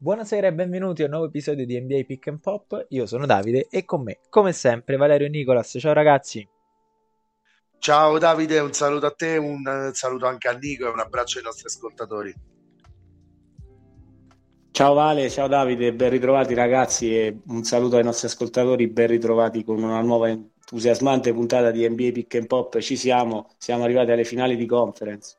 Buonasera e benvenuti a un nuovo episodio di NBA Pick and Pop. Io sono Davide e con me, come sempre, Valerio e Nicolas. Ciao ragazzi. Ciao Davide, un saluto a te, un saluto anche a Nico e un abbraccio ai nostri ascoltatori. Ciao Vale, ciao Davide, ben ritrovati ragazzi e un saluto ai nostri ascoltatori, ben ritrovati con una nuova entusiasmante puntata di NBA Pick and Pop. Siamo arrivati alle finali di conference.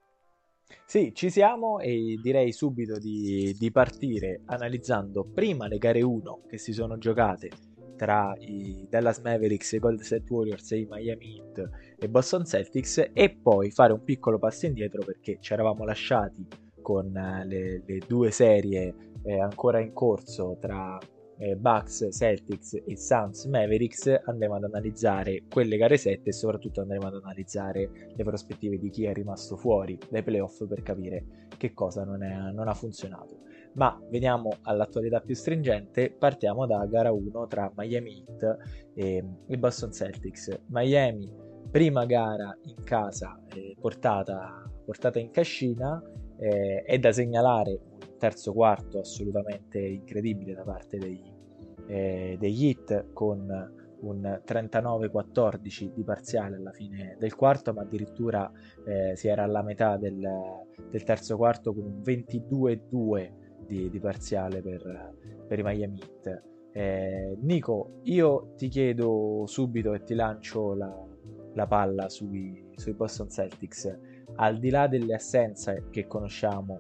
Sì, ci siamo e direi subito di partire analizzando prima le gare 1 che si sono giocate tra i Dallas Mavericks, i Golden State Warriors e i Miami Heat e Boston Celtics e poi fare un piccolo passo indietro perché ci eravamo lasciati con le due serie ancora in corso tra Bucks, Celtics e Suns Mavericks. Andremo ad analizzare quelle gare 7 e soprattutto andremo ad analizzare le prospettive di chi è rimasto fuori dai playoff per capire che cosa non ha funzionato. Ma veniamo all'attualità più stringente, partiamo da gara 1 tra Miami Heat e Boston Celtics. Miami, prima gara in casa, portata in cascina, è da segnalare un terzo quarto assolutamente incredibile da parte degli Heat con un 39-14 di parziale alla fine del quarto, ma addirittura si era alla metà del terzo quarto con un 22-2 di parziale per i Miami Heat. Nico, io ti chiedo subito e ti lancio la palla sui Boston Celtics. Al di là delle assenze che conosciamo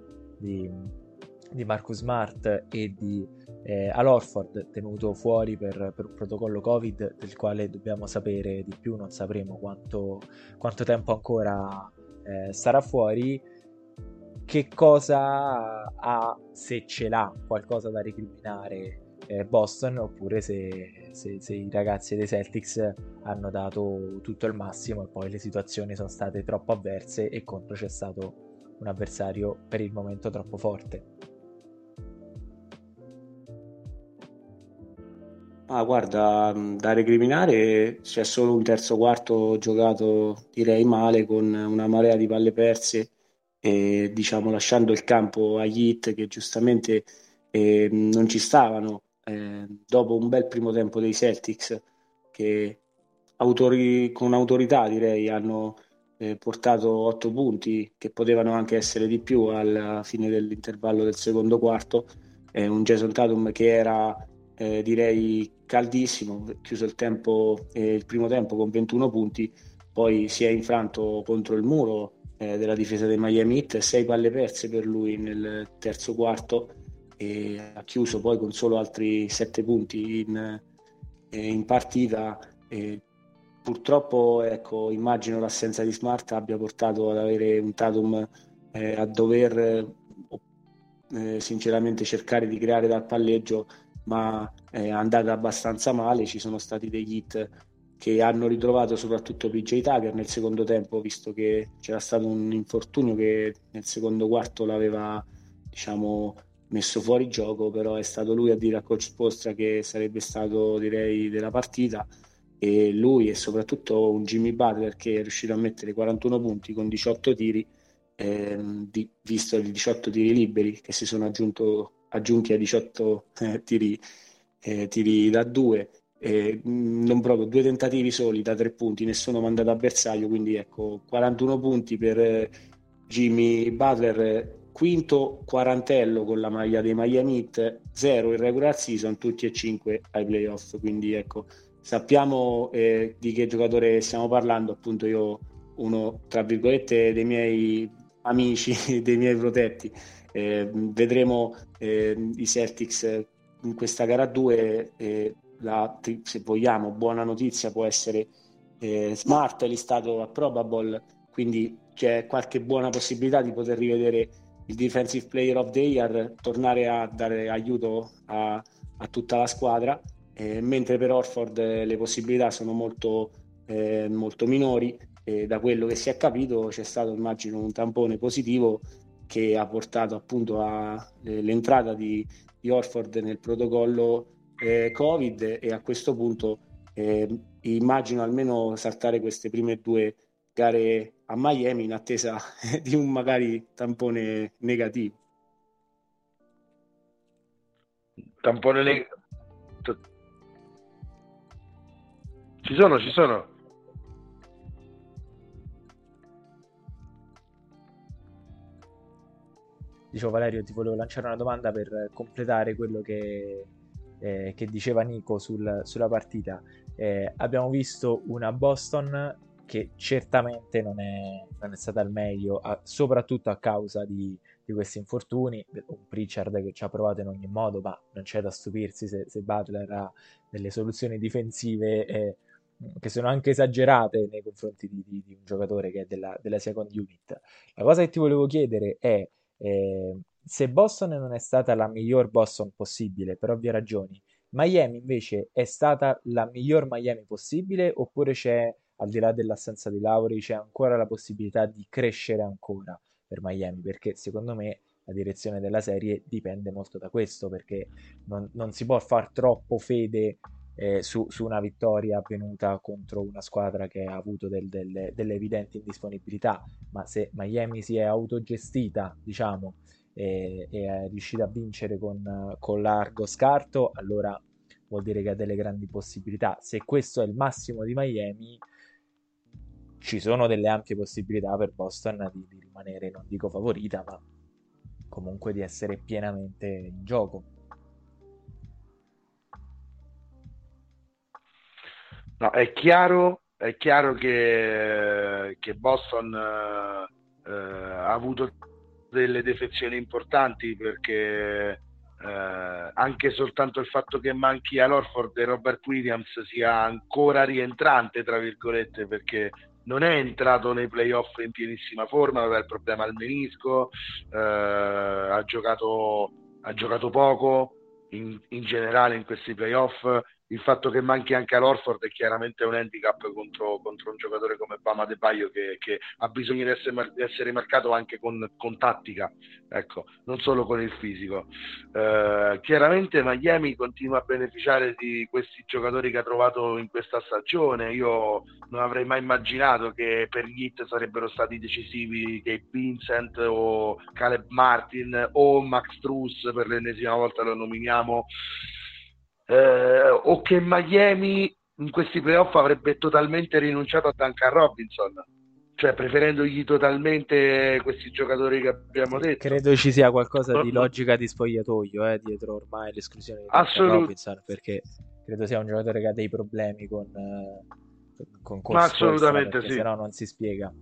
di Marcus Smart e di Al Horford tenuto fuori per un protocollo Covid del quale dobbiamo sapere di più, non sapremo quanto tempo ancora starà fuori. Che cosa ha, se ce l'ha, qualcosa da recriminare Boston, oppure se i ragazzi dei Celtics hanno dato tutto il massimo e poi le situazioni sono state troppo avverse e contro c'è stato un avversario per il momento troppo forte. Guarda, da recriminare c'è solo un terzo quarto giocato direi male con una marea di palle perse e diciamo lasciando il campo agli Heat che giustamente non ci stavano dopo un bel primo tempo dei Celtics che con autorità direi hanno portato 8 punti che potevano anche essere di più alla fine dell'intervallo del secondo quarto. Un Jason Tatum che era direi caldissimo, chiuso il primo tempo con 21 punti, poi si è infranto contro il muro della difesa dei Miami Heat, 6 palle perse per lui nel terzo quarto e ha chiuso poi con solo altri 7 punti in partita. Purtroppo, ecco, immagino l'assenza di Smart abbia portato ad avere un Tatum a dover sinceramente cercare di creare dal palleggio, ma è andata abbastanza male. Ci sono stati degli hit che hanno ritrovato soprattutto PJ Tucker nel secondo tempo, visto che c'era stato un infortunio che nel secondo quarto l'aveva, diciamo, messo fuori gioco, però è stato lui a dire a coach Postra che sarebbe stato, direi, della partita, e lui e soprattutto un Jimmy Butler che è riuscito a mettere 41 punti con 18 tiri, visto i 18 tiri liberi che si sono aggiunti ai 18 tiri da due, non proprio due tentativi soli da 3 punti, nessuno mandato a bersaglio, quindi ecco 41 punti per Jimmy Butler, quinto quarantello con la maglia dei Miami Heat, 0 in regular season, tutti e 5 ai playoff, quindi ecco sappiamo di che giocatore stiamo parlando. Appunto io, uno tra virgolette dei miei amici, dei miei protetti, vedremo i Celtics in questa gara 2. Se vogliamo, buona notizia può essere Smart è listato a probable, quindi c'è qualche buona possibilità di poter rivedere il Defensive Player of the Year, tornare a dare aiuto a tutta la squadra, mentre per Horford le possibilità sono molto minori. Da quello che si è capito c'è stato, immagino, un tampone positivo che ha portato appunto all'entrata di Horford nel protocollo Covid, e a questo punto immagino almeno saltare queste prime due gare a Miami in attesa di un magari tampone negativo. Tampone ci sono. Dicevo Valerio, ti volevo lanciare una domanda per completare quello che diceva Nico sulla partita. Abbiamo visto una Boston che certamente non è stata al meglio, soprattutto a causa di questi infortuni. Un Pritchard che ci ha provato in ogni modo, ma non c'è da stupirsi se Butler ha delle soluzioni difensive che sono anche esagerate nei confronti di un giocatore che è della second unit. La cosa che ti volevo chiedere è se Boston non è stata la miglior Boston possibile per ovvie ragioni, Miami invece è stata la miglior Miami possibile oppure c'è, al di là dell'assenza di Lauri, c'è ancora la possibilità di crescere ancora per Miami? Perché secondo me la direzione della serie dipende molto da questo, perché non si può far troppo fede su una vittoria avvenuta contro una squadra che ha avuto delle evidenti indisponibilità, ma se Miami si è autogestita, diciamo, e è riuscita a vincere con largo scarto, allora vuol dire che ha delle grandi possibilità. Se questo è il massimo di Miami, ci sono delle ampie possibilità per Boston di rimanere, non dico favorita, ma comunque di essere pienamente in gioco. No, è chiaro che Boston ha avuto delle defezioni importanti perché anche soltanto il fatto che manchi a Horford e Robert Williams sia ancora rientrante, tra virgolette, perché non è entrato nei playoff in pienissima forma, aveva il problema al menisco, ha giocato poco in generale in questi playoff. Il fatto che manchi anche all'Orford è chiaramente un handicap contro un giocatore come Bam Adebayo che ha bisogno di essere marcato anche con tattica, ecco, non solo con il fisico. Chiaramente Miami continua a beneficiare di questi giocatori che ha trovato in questa stagione. Io non avrei mai immaginato che per gli Heat sarebbero stati decisivi Gabe Vincent o Caleb Martin o Max Strus, per l'ennesima volta lo nominiamo, o che Miami in questi playoff avrebbe totalmente rinunciato a Duncan Robinson, cioè preferendogli totalmente questi giocatori che abbiamo detto. Credo ci sia qualcosa di logica di spogliatoio dietro ormai l'esclusione di Duncan Robinson, perché credo sia un giocatore che ha dei problemi con ma assolutamente perché sì, sennò non si spiega.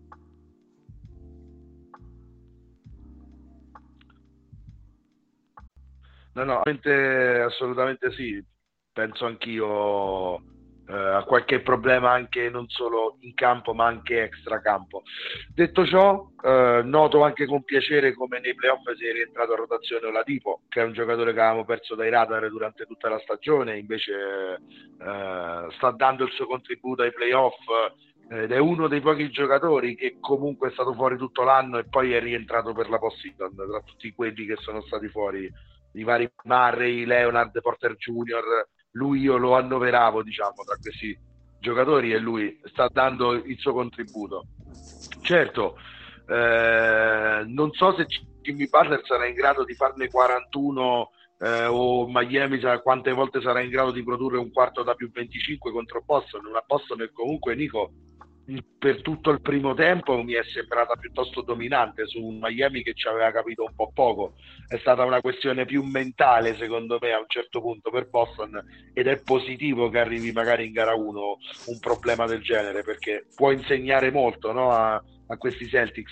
No, assolutamente sì, penso anch'io a qualche problema anche non solo in campo ma anche extra campo. Detto ciò, noto anche con piacere come nei playoff sia rientrato a rotazione Oladipo, che è un giocatore che avevamo perso dai radar durante tutta la stagione, invece sta dando il suo contributo ai playoff ed è uno dei pochi giocatori che comunque è stato fuori tutto l'anno e poi è rientrato per la post-season, tra tutti quelli che sono stati fuori, i vari Murray, Leonard, Porter Jr., lui io lo annoveravo, diciamo, tra questi giocatori e lui sta dando il suo contributo. Certo, non so se Jimmy Butler sarà in grado di farne 41 o Miami quante volte sarà in grado di produrre un quarto da più 25 contro Boston, una Boston che comunque, Nico, per tutto il primo tempo mi è sembrata piuttosto dominante su un Miami che ci aveva capito un po' poco. È stata una questione più mentale secondo me a un certo punto per Boston, ed è positivo che arrivi magari in gara 1 un problema del genere, perché può insegnare molto, no, a questi Celtics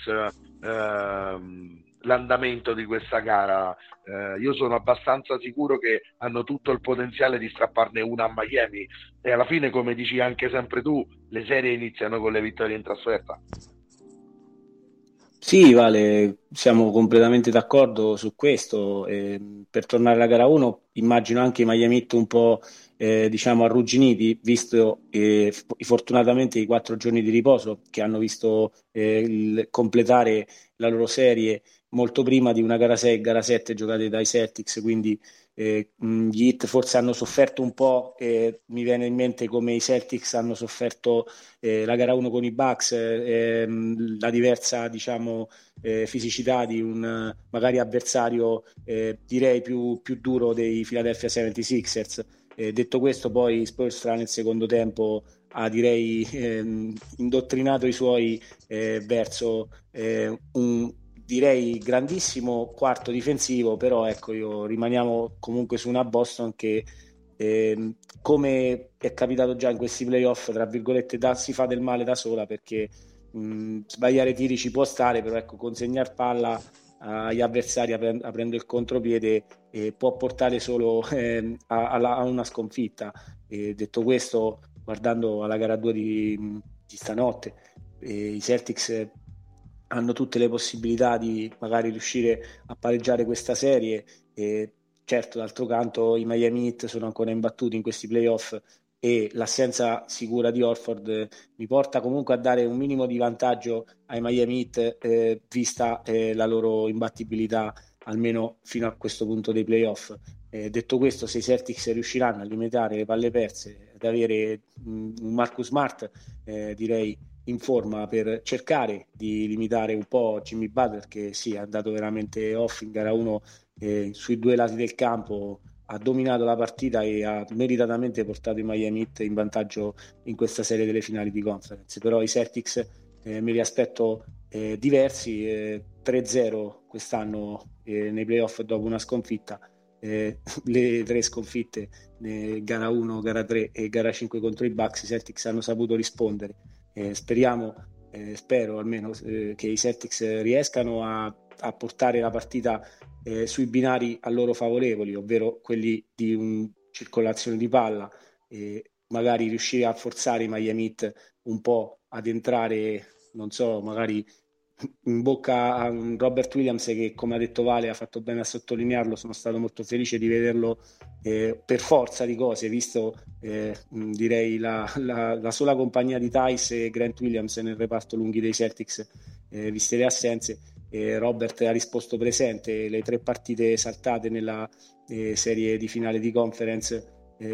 l'andamento di questa gara. Io sono abbastanza sicuro che hanno tutto il potenziale di strapparne una a Miami, e alla fine, come dici anche sempre tu, le serie iniziano con le vittorie in trasferta. Sì, Vale, siamo completamente d'accordo su questo. Per tornare alla gara 1, immagino anche i Miami Heat un po' diciamo arrugginiti, visto fortunatamente i 4 giorni di riposo che hanno visto completare la loro serie molto prima di una gara 6 e gara 7 giocate dai Celtics, quindi gli Heat forse hanno sofferto un po', mi viene in mente come i Celtics hanno sofferto la gara 1 con i Bucks, la diversa diciamo fisicità di un magari avversario direi più duro dei Philadelphia 76ers. Detto questo, poi Spoelstra nel secondo tempo ha direi indottrinato i suoi verso un direi grandissimo quarto difensivo, però ecco, rimaniamo comunque su una Boston che come è capitato già in questi playoff, tra virgolette, si fa del male da sola, perché sbagliare tiri ci può stare, però ecco, consegnare palla agli avversari aprendo il contropiede può portare solo a una sconfitta. Detto questo, guardando alla gara 2 di stanotte, i Celtics hanno tutte le possibilità di magari riuscire a pareggiare questa serie, e certo d'altro canto i Miami Heat sono ancora imbattuti in questi playoff e l'assenza sicura di Horford mi porta comunque a dare un minimo di vantaggio ai Miami Heat, vista la loro imbattibilità almeno fino a questo punto dei playoff. Detto questo, se i Celtics riusciranno a limitare le palle perse, ad avere un Marcus Smart direi in forma per cercare di limitare un po' Jimmy Butler, che sì, è andato veramente off in gara 1 sui due lati del campo, ha dominato la partita e ha meritatamente portato i Miami Heat in vantaggio in questa serie delle finali di conference. Però i Celtics me li aspetto diversi, 3-0 quest'anno nei playoff dopo una sconfitta. Le 3 sconfitte, gara 1, gara 3 e gara 5 contro i Bucks, i Celtics hanno saputo rispondere. Spero almeno che i Celtics riescano a portare la partita sui binari a loro favorevoli, ovvero quelli di circolazione di palla, magari riuscire a forzare i Miami Heat un po' ad entrare, non so, magari in bocca a un Robert Williams che, come ha detto Vale, ha fatto bene a sottolinearlo. Sono stato molto felice di vederlo per forza di cose, visto direi la sola compagnia di Tice e Grant Williams nel reparto lunghi dei Celtics, viste le assenze. Robert ha risposto presente, le 3 partite saltate nella serie di finale di conference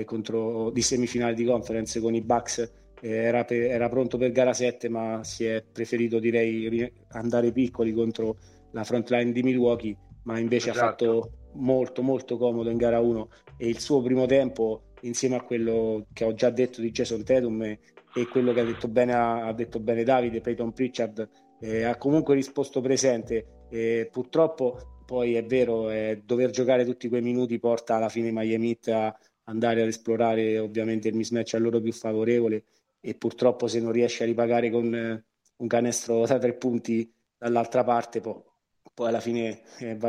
di semifinale di conference con i Bucks, era pronto per gara 7, ma si è preferito direi andare piccoli contro la front line di Milwaukee, ma invece ha fatto molto molto comodo in gara 1, e il suo primo tempo, insieme a quello che ho già detto di Jason Tatum e quello che ha detto bene Davide, Peyton Pritchard, ha comunque risposto presente. Purtroppo poi è vero, dover giocare tutti quei minuti porta alla fine Miami Heat a andare ad esplorare ovviamente il mismatch a loro più favorevole, e purtroppo se non riesci a ripagare con un canestro da 3 punti dall'altra parte, poi alla fine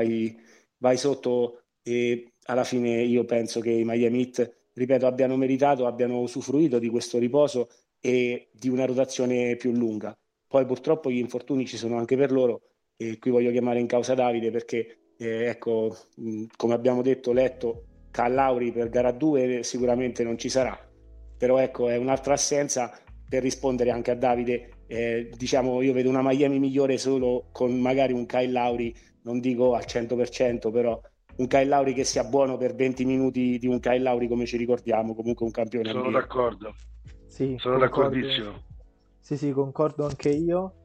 vai sotto, e alla fine io penso che i Miami Heat, ripeto, abbiano usufruito di questo riposo e di una rotazione più lunga. Poi purtroppo gli infortuni ci sono anche per loro, e qui voglio chiamare in causa Davide perché ecco, come abbiamo letto, Kyle Lowry per gara 2 sicuramente non ci sarà, però ecco, è un'altra assenza. Per rispondere anche a Davide, diciamo, io vedo una Miami migliore solo con magari un Kyle Lowry, non dico al 100%, però un Kyle Lowry che sia buono per 20 minuti di un Kyle Lowry come ci ricordiamo, comunque un campione sono NBA. D'accordo, sì, sono d'accordissimo. Sì, concordo anche io,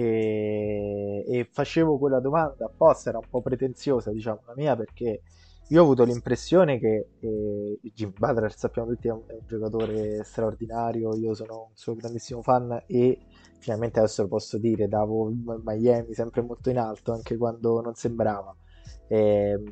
e facevo quella domanda apposta, era un po' pretenziosa, diciamo, la mia, perché io ho avuto l'impressione che Jim Butler, sappiamo tutti, è un giocatore straordinario, io sono un suo grandissimo fan e finalmente adesso lo posso dire, davo Miami sempre molto in alto anche quando non sembrava. Ehm,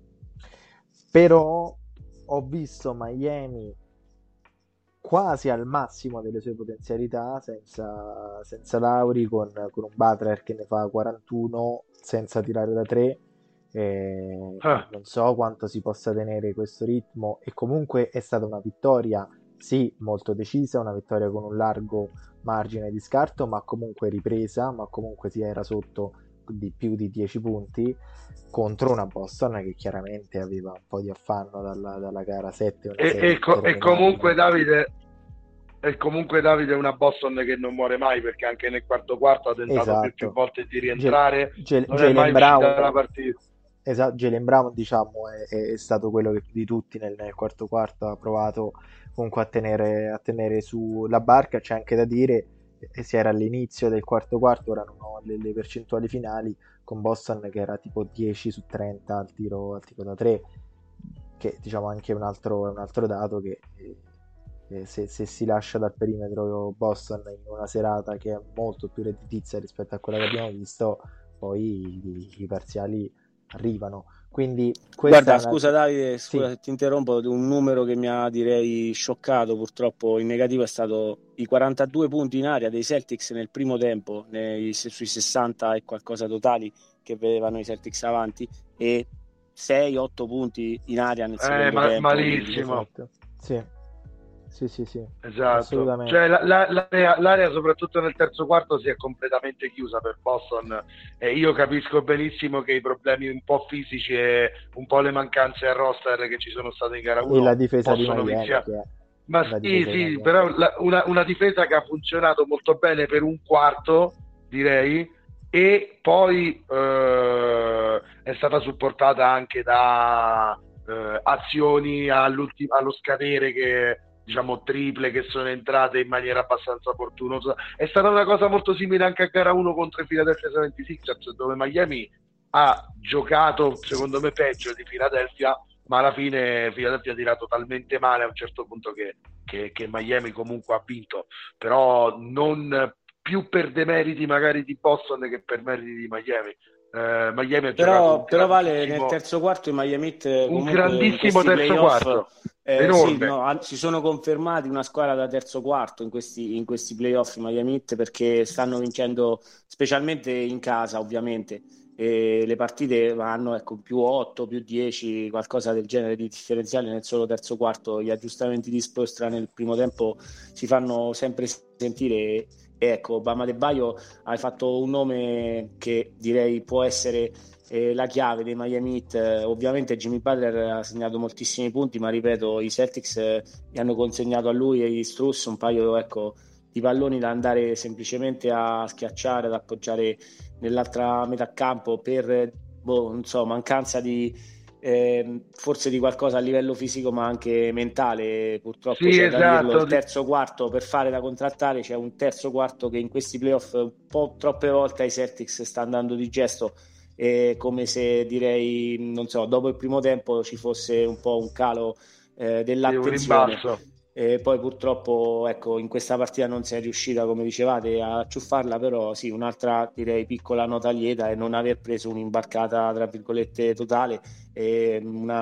Però ho visto Miami quasi al massimo delle sue potenzialità, senza Lauri, con un Butler che ne fa 41 senza tirare da 3. Non so quanto si possa tenere questo ritmo, e comunque è stata una vittoria, sì, molto decisa, una vittoria con un largo margine di scarto, ma comunque ripresa, ma comunque si era sotto di più di 10 punti contro una Boston che chiaramente aveva un po' di affanno dalla gara 7, una serie E comunque Davide, E comunque Davide è una Boston che non muore mai, perché anche nel quarto quarto ha tentato più Esatto. volte di rientrare, non è mai Jaylen uscita Brown, dalla partita. esatto, Jaylen Brown, diciamo, è stato quello che più di tutti nel quarto quarto ha provato comunque a tenere su la barca. C'è anche da dire, si era all'inizio del quarto quarto, ora non ho le percentuali finali, con Boston che era tipo 10 su 30 al tiro da 3, che diciamo anche è un altro dato che se si lascia dal perimetro Boston in una serata che è molto più redditizia rispetto a quella che abbiamo visto, poi i parziali arrivano. Quindi questa è Guarda, una... scusa Davide, scusa Sì, se ti interrompo, un numero che mi ha direi scioccato purtroppo in negativo è stato i 42 punti in aria dei Celtics nel primo tempo, sui 60 e qualcosa totali che vedevano i Celtics avanti, e 6-8 punti in aria nel secondo tempo, quindi Malissimo. esatto. Sì, sì, sì, sì, Esatto, assolutamente. cioè l'area soprattutto nel terzo quarto si è completamente chiusa per Boston, e io capisco benissimo che i problemi un po' fisici e un po' le mancanze al roster che ci sono state in gara E la 1 difesa di possono Miami, viziare. che è Ma la sì, difesa di sì, Miami. però una difesa che ha funzionato molto bene per un quarto, direi, e poi è stata supportata anche da azioni allo scadere, che diciamo triple che sono entrate in maniera abbastanza fortunosa. È stata una cosa molto simile anche a gara 1 contro i Philadelphia 76ers, dove Miami ha giocato secondo me peggio di Philadelphia, ma alla fine Philadelphia ha tirato talmente male a un certo punto che Miami comunque ha vinto, però non più per demeriti magari di Boston che per meriti di Miami. Miami ha giocato Però Vale, nel terzo quarto i Miami Heat un comunque in grandissimo questi terzo playoff quarto, sì, enorme. no, si sono confermati una squadra da terzo quarto in questi playoff i Miami Heat, perché stanno vincendo specialmente in casa ovviamente, e le partite vanno ecco, più 8, più 10, qualcosa del genere di differenziale nel solo terzo quarto. Gli aggiustamenti di Spoelstra nel primo tempo si fanno sempre sentire, e ecco, Bam Adebayo, hai fatto un nome che direi può essere la chiave dei Miami Heat. Ovviamente Jimmy Butler ha segnato moltissimi punti, ma ripeto, i Celtics gli hanno consegnato a lui e gli Strus un paio, ecco, di palloni da andare semplicemente a schiacciare, ad appoggiare nell'altra metà campo per non so, mancanza di forse di qualcosa a livello fisico ma anche mentale. Purtroppo Sì, c'è da dirlo, il esatto. terzo quarto per fare da contrattare, c'è un terzo quarto che in questi playoff un po' troppe volte ai Celtics sta andando di gesto, come se direi, non so, dopo il primo tempo ci fosse un po' un calo Sì, un dell'attenzione. rimbalzo. E poi purtroppo ecco, in questa partita non si è riuscita, come dicevate, a ciuffarla, però sì, un'altra direi piccola nota lieta è non aver preso un'imbarcata tra virgolette totale, e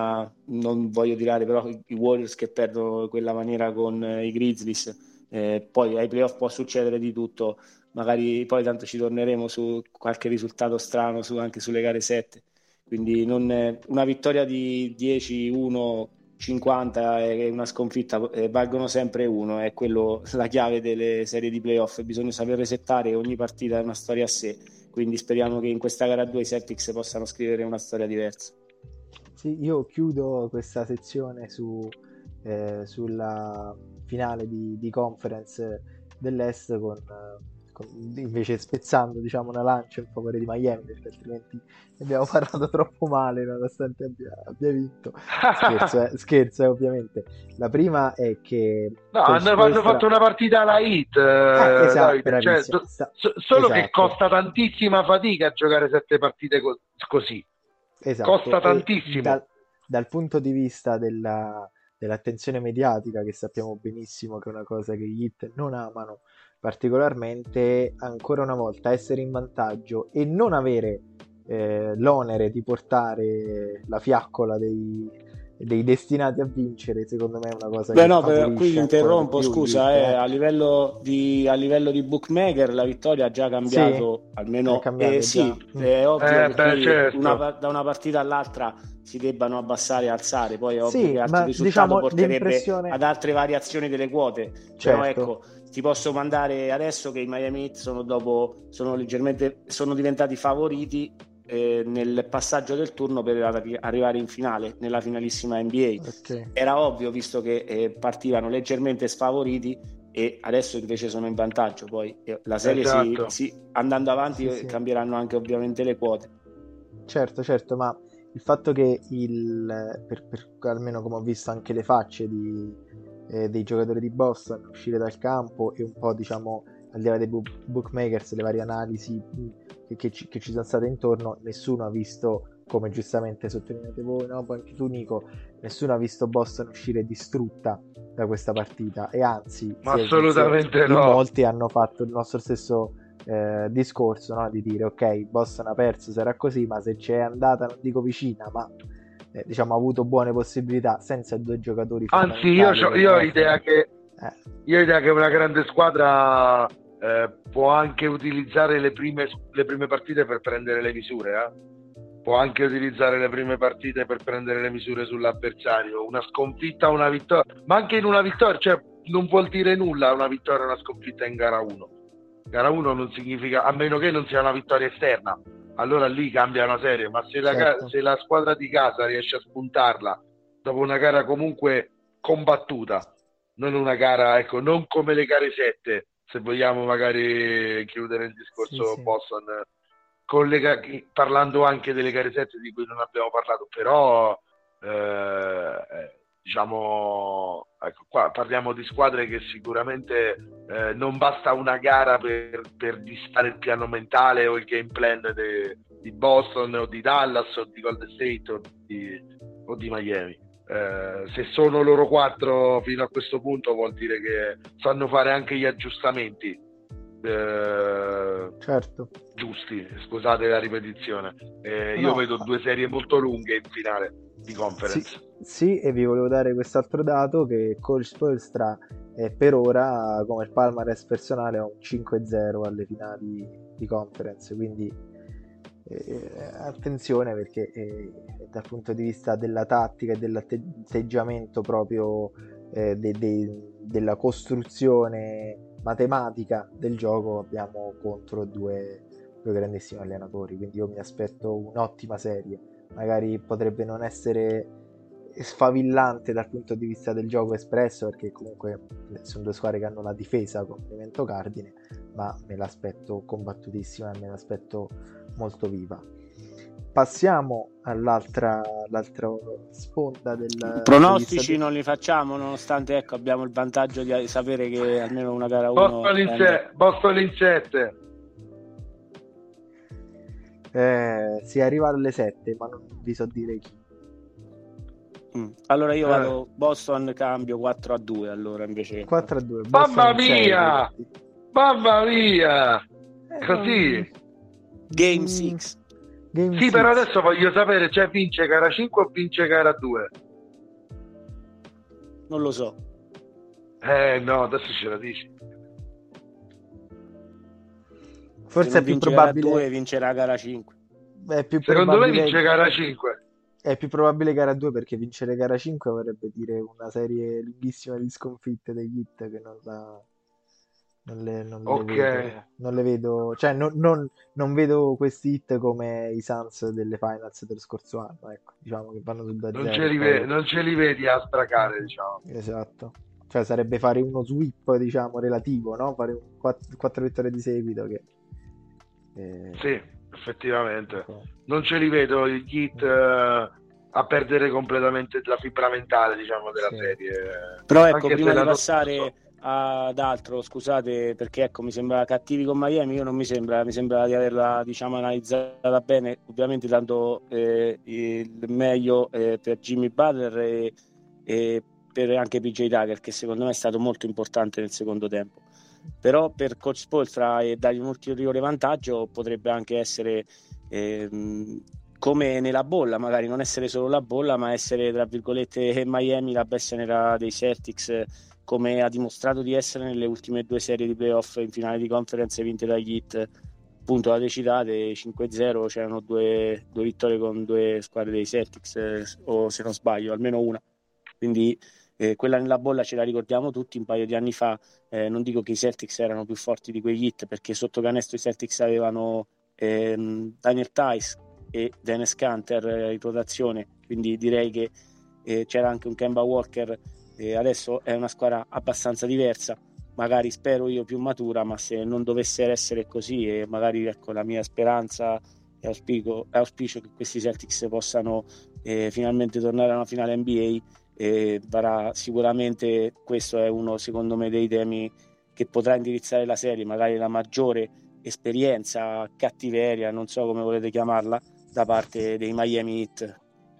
non voglio tirare però i Warriors che perdono in quella maniera con i Grizzlies. Poi ai playoff può succedere di tutto, magari poi tanto ci torneremo su qualche risultato strano anche sulle gare 7, quindi una vittoria di 10-1, 50 e una sconfitta valgono sempre uno, è quello la chiave delle serie di playoff. Bisogna saper resettare, ogni partita è una storia a sé, quindi speriamo che in questa gara 2 i Celtics possano scrivere una storia diversa. Sì, io chiudo questa sezione sulla finale di conference dell'Est invece spezzando, diciamo, una lancia in favore di Miami, perché altrimenti abbiamo parlato troppo male nonostante abbia vinto. Scherzo, ovviamente. La prima è che No, con hanno Spoelstra... fatto una partita alla hit, esatto, Davide. Cioè, bravissimo. solo che Esatto. costa tantissima fatica giocare 7 partite così. Esatto, Costa e tantissimo. dal punto di vista dell'attenzione mediatica, che sappiamo benissimo che è una cosa che gli Heat non amano particolarmente, ancora una volta essere in vantaggio e non avere l'onere di portare la fiaccola dei destinati a vincere, secondo me è una cosa Beh, che no, qui favorisce ancora di interrompo, più gli scusa, Heat. a livello di bookmaker la vittoria ha già Sì, cambiato, è almeno cambiato già. sì, è ovvio che Beh, qui certo. da una partita all'altra si debbano abbassare e alzare, poi è ovvio che Sì, altro ma risultato diciamo porterebbe l'impressione... ad altre variazioni delle quote, però Certo. ecco, ti posso mandare adesso che i Miami Heat sono diventati favoriti nel passaggio del turno per arrivare in finale, nella finalissima NBA. Ok. Era ovvio, visto che partivano leggermente sfavoriti, e adesso invece sono in vantaggio. Poi la serie Esatto. andando avanti Sì. cambieranno anche ovviamente le quote. Certo, ma il fatto che almeno come ho visto anche le facce dei giocatori di Boston uscire dal campo e un po', diciamo, al di là dei bookmakers, le varie analisi che ci sono state intorno, nessuno ha visto, come giustamente sottolineate voi, no? Poi anche tu Nico, nessuno ha visto Boston uscire distrutta da questa partita, e anzi Ma assolutamente in no. molti hanno fatto il nostro stesso discorso, no? Di dire ok, Boston ha perso, sarà così, ma se c'è andata, non dico vicina, ma diciamo ha avuto buone possibilità senza due giocatori Anzi, io fondamentali ho idea che eh, una grande squadra può anche utilizzare le prime partite per prendere le misure, può anche utilizzare le prime partite per prendere le misure sull'avversario. Una sconfitta, una vittoria, ma anche in una vittoria, cioè non vuol dire nulla una vittoria o una sconfitta in gara 1. Gara 1 non significa, a meno che non sia una vittoria esterna, allora lì cambia una serie, ma se certo. se la squadra di casa riesce a spuntarla dopo una gara comunque combattuta, non una gara, ecco, non come le gare 7, se vogliamo magari chiudere il discorso Sì. Boston, parlando anche delle gare 7 di cui non abbiamo parlato, però diciamo, ecco, qua parliamo di squadre che sicuramente non basta una gara per distare il piano mentale o il game plan di Boston o di Dallas o di Golden State o di Miami. Se sono loro 4 fino a questo punto, vuol dire che sanno fare anche gli aggiustamenti Certo. giusti, scusate la ripetizione. Io vedo 2 serie molto lunghe in finale di conference. Sì, e vi volevo dare quest'altro dato, che Cole Spoelstra per ora come il palmarès personale ha un 5-0 alle finali di conference, quindi attenzione, perché dal punto di vista della tattica e dell'atteggiamento proprio della costruzione matematica del gioco abbiamo contro due grandissimi allenatori, quindi io mi aspetto un'ottima serie. Magari potrebbe non essere sfavillante dal punto di vista del gioco espresso, perché comunque sono due squadre che hanno la difesa come elemento cardine, ma me l'aspetto combattutissima e me l'aspetto molto viva. Passiamo all'altra sponda del pronostici non li facciamo, nonostante ecco abbiamo il vantaggio di sapere che almeno una gara 1 Boston in 7. Si arriva alle 7, ma non vi so dire chi. Allora io vado Boston, cambio 4-2, allora invece 4-2. Mamma mia! Mamma mia! Così Game 6. Sì, però adesso voglio sapere, cioè vince gara 5 o vince gara 2? Non lo so. No, adesso ce la dici. Forse è più probabile gara 2 vincerà gara 5. Secondo me vince gara 5. È più probabile gara 2, perché vincere gara 5 vorrebbe dire una serie lunghissima di sconfitte degli Heat che non le vedo, cioè non vedo questi Heat come i Suns delle finals dello scorso anno, ecco, diciamo che vanno sul 2-0. Non ce li vedi a stracare, diciamo. Esatto, cioè sarebbe fare uno sweep, diciamo, relativo, no? Fare 4 vittorie di seguito che sì, effettivamente non ce li vedo gli Heat a perdere completamente la fibra mentale, diciamo, della serie. Però ecco, prima di passare ad altro, scusate, perché ecco mi sembra cattivi con Miami, io non mi sembra di averla, diciamo, analizzata bene, ovviamente dando il meglio per Jimmy Butler e per anche PJ Tucker, che secondo me è stato molto importante nel secondo tempo. Però per Coach Spoelstra e dargli un ulteriore vantaggio potrebbe anche essere come nella bolla, magari non essere solo la bolla, ma essere, tra virgolette, Miami, la bestia nera dei Celtics, come ha dimostrato di essere nelle ultime 2 serie di playoff in finale di conference vinte dagli Heat. Appunto, la citate 5-0, c'erano 2 vittorie con 2 squadre dei Celtics, o se non sbaglio almeno una, quindi quella nella bolla ce la ricordiamo tutti. Un paio di anni fa non dico che i Celtics erano più forti di quegli Heat, perché sotto canestro i Celtics avevano Daniel Tice e Dennis Kanter in rotazione, quindi direi che c'era anche un Kemba Walker. Adesso è una squadra abbastanza diversa, magari spero io più matura, ma se non dovesse essere così, e magari ecco la mia speranza e auspicio che questi Celtics possano finalmente tornare a una finale NBA, varrà sicuramente, questo è uno secondo me dei temi che potrà indirizzare la serie, magari la maggiore esperienza, cattiveria, non so come volete chiamarla, da parte dei Miami Heat.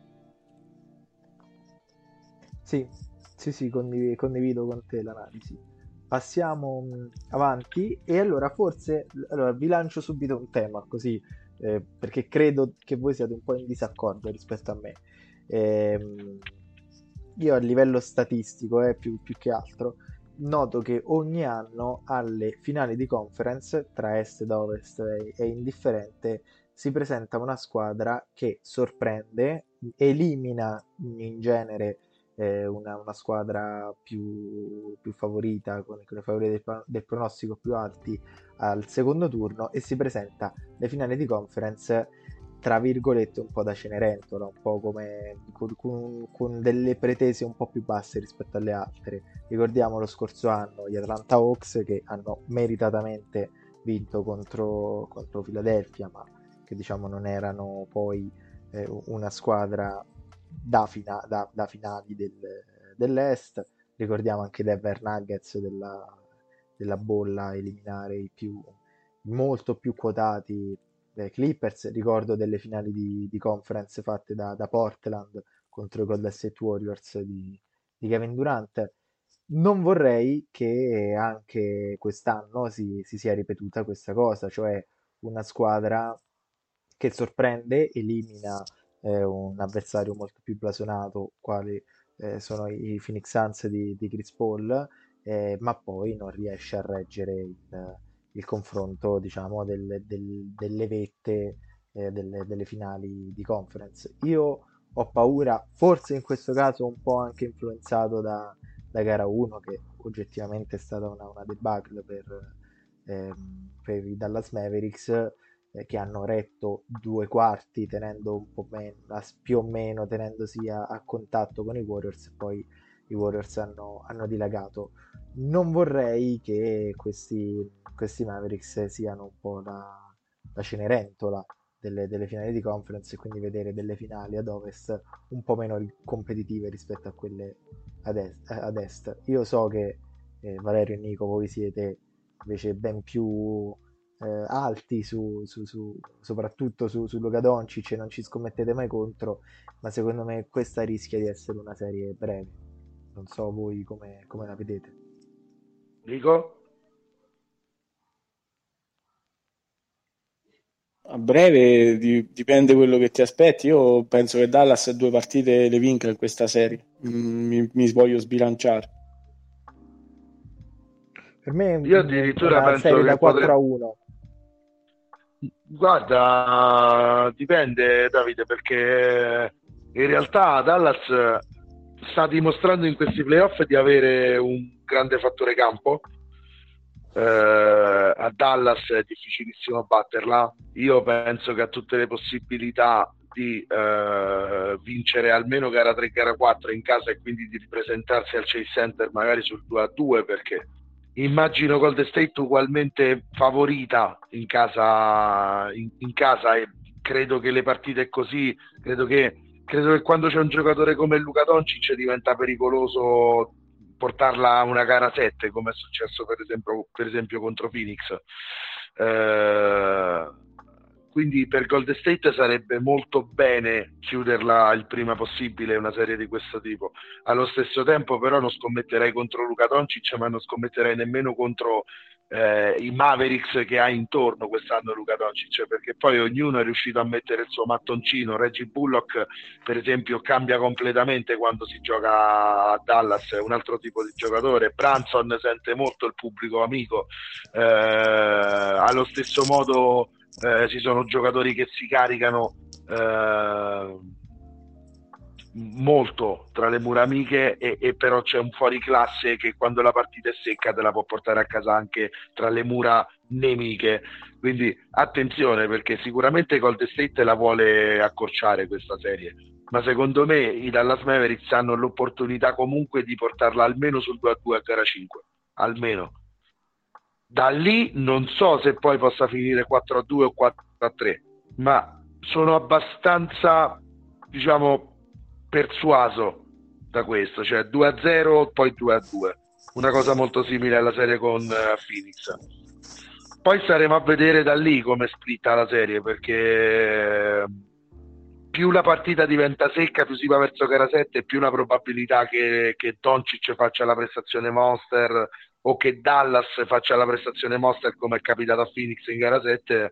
Sì, sì, condivido con te l'analisi. Passiamo avanti e allora forse allora, vi lancio subito un tema così, perché credo che voi siate un po' in disaccordo rispetto a me. Ehm, io a livello statistico, più che altro, noto che ogni anno alle finali di conference tra est ed ovest è indifferente, si presenta una squadra che sorprende, elimina in genere una squadra più favorita, con i favori del pronostico più alti al secondo turno e si presenta le finali di conference tra virgolette un po' da Cenerentola, un po' come con delle pretese un po' più basse rispetto alle altre. Ricordiamo lo scorso anno gli Atlanta Hawks che hanno meritatamente vinto contro Philadelphia, ma che diciamo non erano poi una squadra da finali dell'Est. Ricordiamo anche i Denver Nuggets della bolla eliminare molto più quotati Clippers. Ricordo delle finali di conference fatte da Portland contro i Golden State Warriors di Kevin Durant. Non vorrei che anche quest'anno si sia ripetuta questa cosa, cioè una squadra che sorprende, elimina un avversario molto più blasonato, quali sono i Phoenix Suns di Chris Paul, ma poi non riesce a reggere il confronto, diciamo, delle vette delle finali di conference. Io ho paura, forse in questo caso un po' anche influenzato da gara 1, che oggettivamente è stata una debacle per i Dallas Mavericks, che hanno retto due quarti tenendo un po' meno, più o meno tenendosi a contatto con i Warriors, e poi i Warriors hanno dilagato. Non vorrei che questi Mavericks siano un po' la Cenerentola delle finali di conference, e quindi vedere delle finali ad ovest un po' meno competitive rispetto a quelle ad est. Io so che Valerio e Nico, voi siete invece ben più alti soprattutto su Luka Doncic, e non ci scommettete mai contro, ma secondo me questa rischia di essere una serie breve. Non so voi come la vedete. Nico? A breve dipende quello che ti aspetti. Io penso che Dallas 2 partite le vinca in questa serie. Mi voglio sbilanciare. Per me Io è addirittura una penso serie che da 4-1. Guarda, dipende Davide, perché in realtà Dallas sta dimostrando in questi playoff di avere un grande fattore campo. A Dallas è difficilissimo batterla. Io penso che ha tutte le possibilità di vincere almeno gara 3, gara 4 in casa, e quindi di ripresentarsi al Chase Center magari sul 2-2, perché immagino Golden State ugualmente favorita in casa, in casa, e credo che le partite così, credo che quando c'è un giocatore come Luka Doncic diventa pericoloso portarla a una gara 7, come è successo per esempio contro Phoenix. Quindi per Golden State sarebbe molto bene chiuderla il prima possibile una serie di questo tipo. Allo stesso tempo però non scommetterei contro Luka Doncic, ma non scommetterei nemmeno contro i Mavericks che ha intorno quest'anno Luka Doncic, perché poi ognuno è riuscito a mettere il suo mattoncino. Reggie Bullock per esempio cambia completamente quando si gioca a Dallas, è un altro tipo di giocatore. Branson sente molto il pubblico amico, allo stesso modo ci sono giocatori che si caricano molto tra le mura amiche, e però c'è un fuoriclasse che quando la partita è secca te la può portare a casa anche tra le mura nemiche. Quindi attenzione, perché sicuramente Golden State la vuole accorciare questa serie, ma secondo me i Dallas Mavericks hanno l'opportunità comunque di portarla almeno sul 2-2 a gara 5, almeno. Da lì non so se poi possa finire 4-2 o 4-3, ma sono abbastanza, diciamo, persuaso da questo, cioè 2-0 poi 2-2, una cosa molto simile alla serie con Phoenix. Poi staremo a vedere da lì come splitta la serie, perché più la partita diventa secca, più si va verso gara 7, più la probabilità che Doncic faccia la prestazione monster o che Dallas faccia la prestazione monster come è capitato a Phoenix in gara 7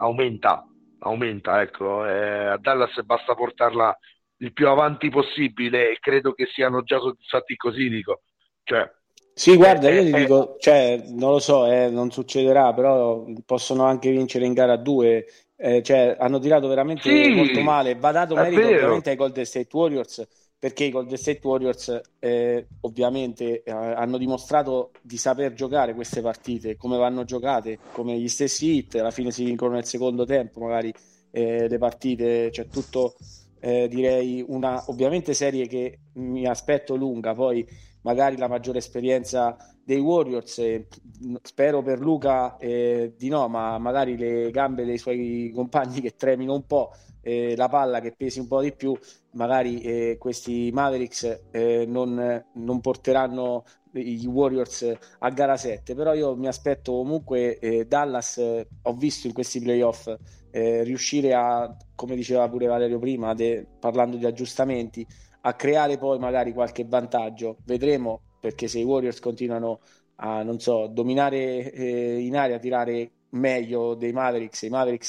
aumenta, ecco. A Dallas basta portarla il più avanti possibile e credo che siano già soddisfatti così, Nico. Cioè, Sì, guarda, io ti dico, cioè, non lo so, non succederà, però possono anche vincere in gara 2. Cioè, hanno tirato veramente molto sì, male. Va dato è merito vero. ovviamente ai Golden State Warriors, perché i Golden State Warriors ovviamente hanno dimostrato di saper giocare queste partite, come vanno giocate, come gli stessi Heat, alla fine si vincono nel secondo tempo, magari le partite, c'è tutto, direi, una ovviamente serie che mi aspetto lunga, poi magari la maggiore esperienza dei Warriors, spero per Luca di no, ma magari le gambe dei suoi compagni che tremino un po', la palla che pesi un po' di più, magari questi Mavericks non porteranno gli Warriors a gara 7, però io mi aspetto comunque Dallas, ho visto in questi playoff riuscire a, come diceva pure Valerio prima, parlando di aggiustamenti, a creare poi magari qualche vantaggio. Vedremo, perché se i Warriors continuano a, non so, dominare in area, tirare meglio dei Mavericks, i Mavericks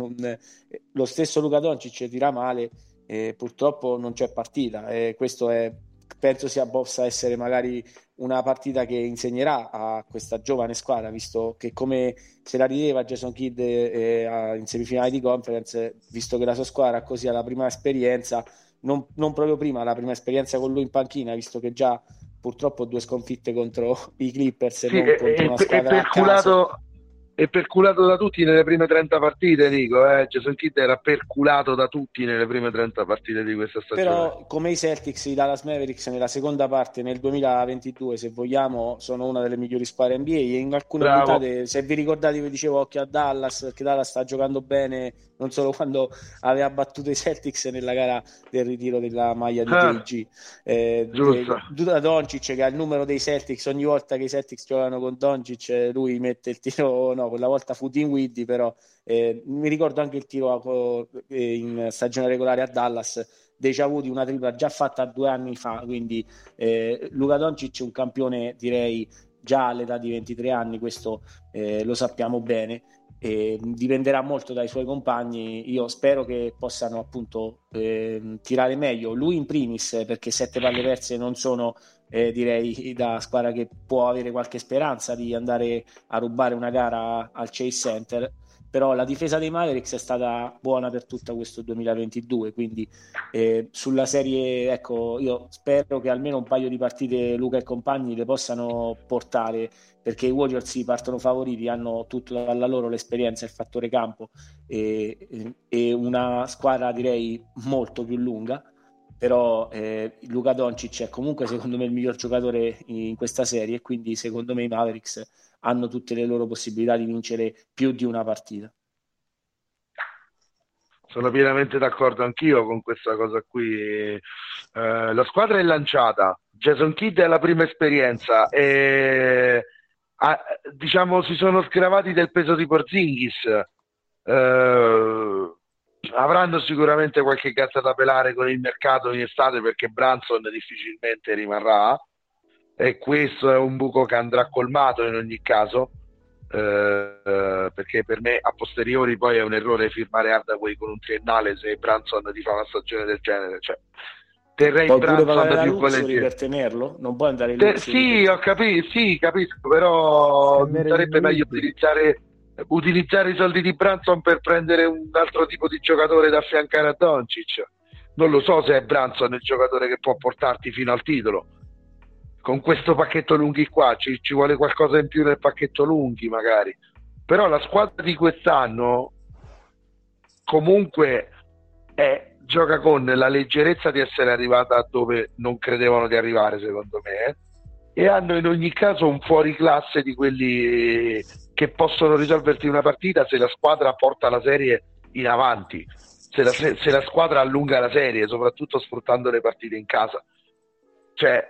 lo stesso Luka Doncic tira male, purtroppo non c'è partita, questo penso possa essere magari una partita che insegnerà a questa giovane squadra, visto che come se la rideva Jason Kidd in semifinale di conference, visto che la sua squadra così ha la prima esperienza, non proprio prima, la prima esperienza con lui in panchina, visto che già purtroppo 2 sconfitte contro i Clippers e Sì, non contro una squadra a caso. è perculato da tutti nelle prime 30 partite, Nico. Jason Kidd era perculato da tutti nelle prime 30 partite di questa stagione. Però come i Celtics, i Dallas Mavericks nella seconda parte nel 2022, se vogliamo, sono una delle migliori squadre NBA e in alcune Bravo. puntate, se vi ricordate, vi dicevo occhio a Dallas, perché Dallas sta giocando bene, non solo quando aveva battuto i Celtics nella gara del ritiro della maglia di KG. Giusto. Doncic, che ha il numero dei Celtics, ogni volta che i Celtics giocano con Doncic lui mette il tiro, no, quella volta fu Dinwiddie, però mi ricordo anche il tiro in stagione regolare a Dallas, déjà vu di una tripla già fatta 2 anni fa, quindi Luka Doncic è un campione, direi, già all'età di 23 anni, questo lo sappiamo bene. Dipenderà molto dai suoi compagni. Io spero che possano appunto tirare meglio lui in primis, perché 7 palle perse non sono direi da squadra che può avere qualche speranza di andare a rubare una gara al Chase Center, però la difesa dei Mavericks è stata buona per tutto questo 2022, quindi sulla serie, ecco, io spero che almeno un paio di partite Luca e compagni le possano portare, perché i Warriors partono favoriti, hanno tutto dalla loro l'esperienza, il fattore campo e una squadra direi molto più lunga, però Luka Doncic è comunque secondo me il miglior giocatore in questa serie e quindi secondo me i Mavericks hanno tutte le loro possibilità di vincere più di una partita. Sono pienamente d'accordo anch'io con questa cosa qui. La squadra è lanciata, Jason Kidd è la prima esperienza e diciamo si sono sgravati del peso di Porzingis. Avranno sicuramente qualche gatta da pelare con il mercato in estate perché Branson difficilmente rimarrà e questo è un buco che andrà colmato in ogni caso. Perché per me a posteriori poi è un errore firmare Hardaway con un triennale se Branson ti fa una stagione del genere, cioè terrei Puoi pure Branson pagare la più luxury volentieri. per tenerlo, non puoi andare in luxury Sì, ho capito, sì, capisco, però non Scendere sarebbe meglio Dinwiddie. utilizzare i soldi di Branson per prendere un altro tipo di giocatore da affiancare a Doncic? Non lo so se è Branson il giocatore che può portarti fino al titolo. Con questo pacchetto lunghi qua ci vuole qualcosa in più nel pacchetto lunghi magari, però la squadra di quest'anno comunque gioca con la leggerezza di essere arrivata dove non credevano di arrivare secondo me, e hanno in ogni caso un fuoriclasse di quelli che possono risolverti una partita se la squadra porta la serie in avanti, se la squadra allunga la serie, soprattutto sfruttando le partite in casa. Cioè,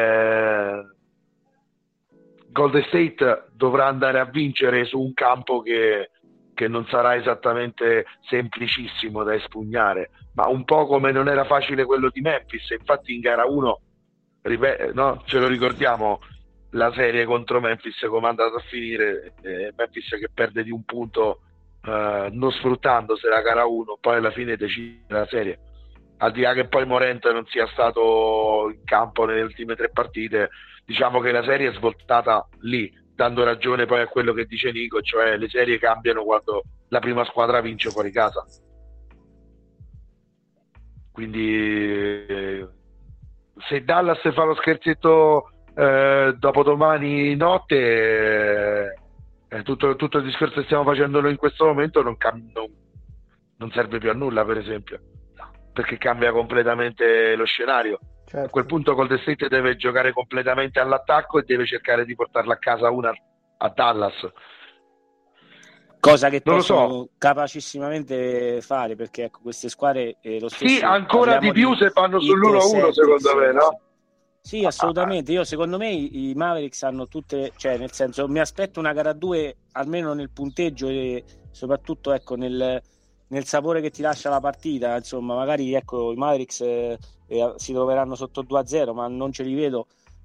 Golden State dovrà andare a vincere su un campo che non sarà esattamente semplicissimo da espugnare, ma un po' come non era facile quello di Memphis. Infatti in gara 1, no? Ce lo ricordiamo la serie contro Memphis come è andata a finire, Memphis che perde di un punto, non sfruttandosi la gara 1, poi alla fine decide la serie. Al di là che poi Morant non sia stato in campo nelle ultime 3 partite, diciamo che la serie è svoltata lì, dando ragione poi a quello che dice Nico, cioè le serie cambiano quando la prima squadra vince fuori casa. Quindi se Dallas fa lo scherzetto dopodomani notte, tutto il discorso che stiamo facendo noi in questo momento non serve più a nulla, per esempio, perché cambia completamente lo scenario. Certo. A quel punto Golden State deve giocare completamente all'attacco e deve cercare di portarla a casa una a Dallas, cosa che possono capacissimamente fare, perché ecco, queste squadre lo stesso, sì, ancora di più se vanno sull'1-1, secondo me, no? Sì, assolutamente. Io secondo me i Mavericks hanno tutte, cioè nel senso, mi aspetto una gara 2 almeno nel punteggio e soprattutto ecco nel sapore che ti lascia la partita. Insomma, magari ecco i Mavericks si troveranno sotto 2-0, ma non ce li vedo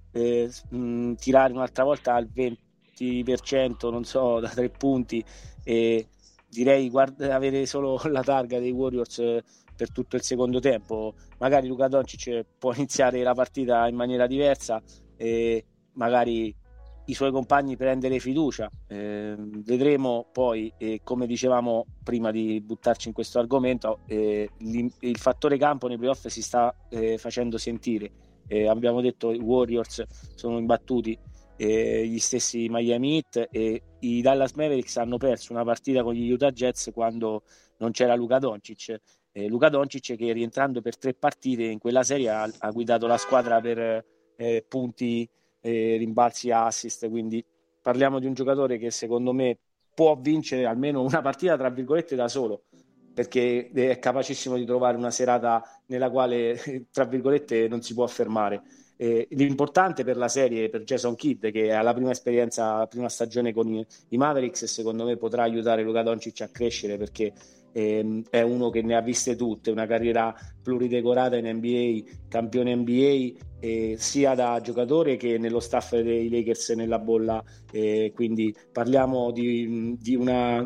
tirare un'altra volta al 20%, non so, da 3 punti, e direi avere solo la targa dei Warriors per tutto il secondo tempo. Magari Luka Doncic può iniziare la partita in maniera diversa e magari i suoi compagni prendere fiducia, vedremo poi, come dicevamo prima di buttarci in questo argomento, il fattore campo nei playoff si sta facendo sentire. Abbiamo detto i Warriors sono imbattuti, gli stessi Miami Heat, e i Dallas Mavericks hanno perso una partita con gli Utah Jazz quando non c'era Luka Doncic. Luka Doncic che rientrando per 3 partite in quella serie ha guidato la squadra per punti, rimbalzi, assist, quindi parliamo di un giocatore che secondo me può vincere almeno una partita tra virgolette da solo, perché è capacissimo di trovare una serata nella quale tra virgolette non si può fermare. L'importante per la serie, per Jason Kidd, che ha la prima esperienza, prima stagione con i Mavericks, e secondo me potrà aiutare Luka Doncic a crescere, perché è uno che ne ha viste tutte, una carriera pluridecorata in NBA, campione NBA, sia da giocatore che nello staff dei Lakers nella bolla, quindi parliamo di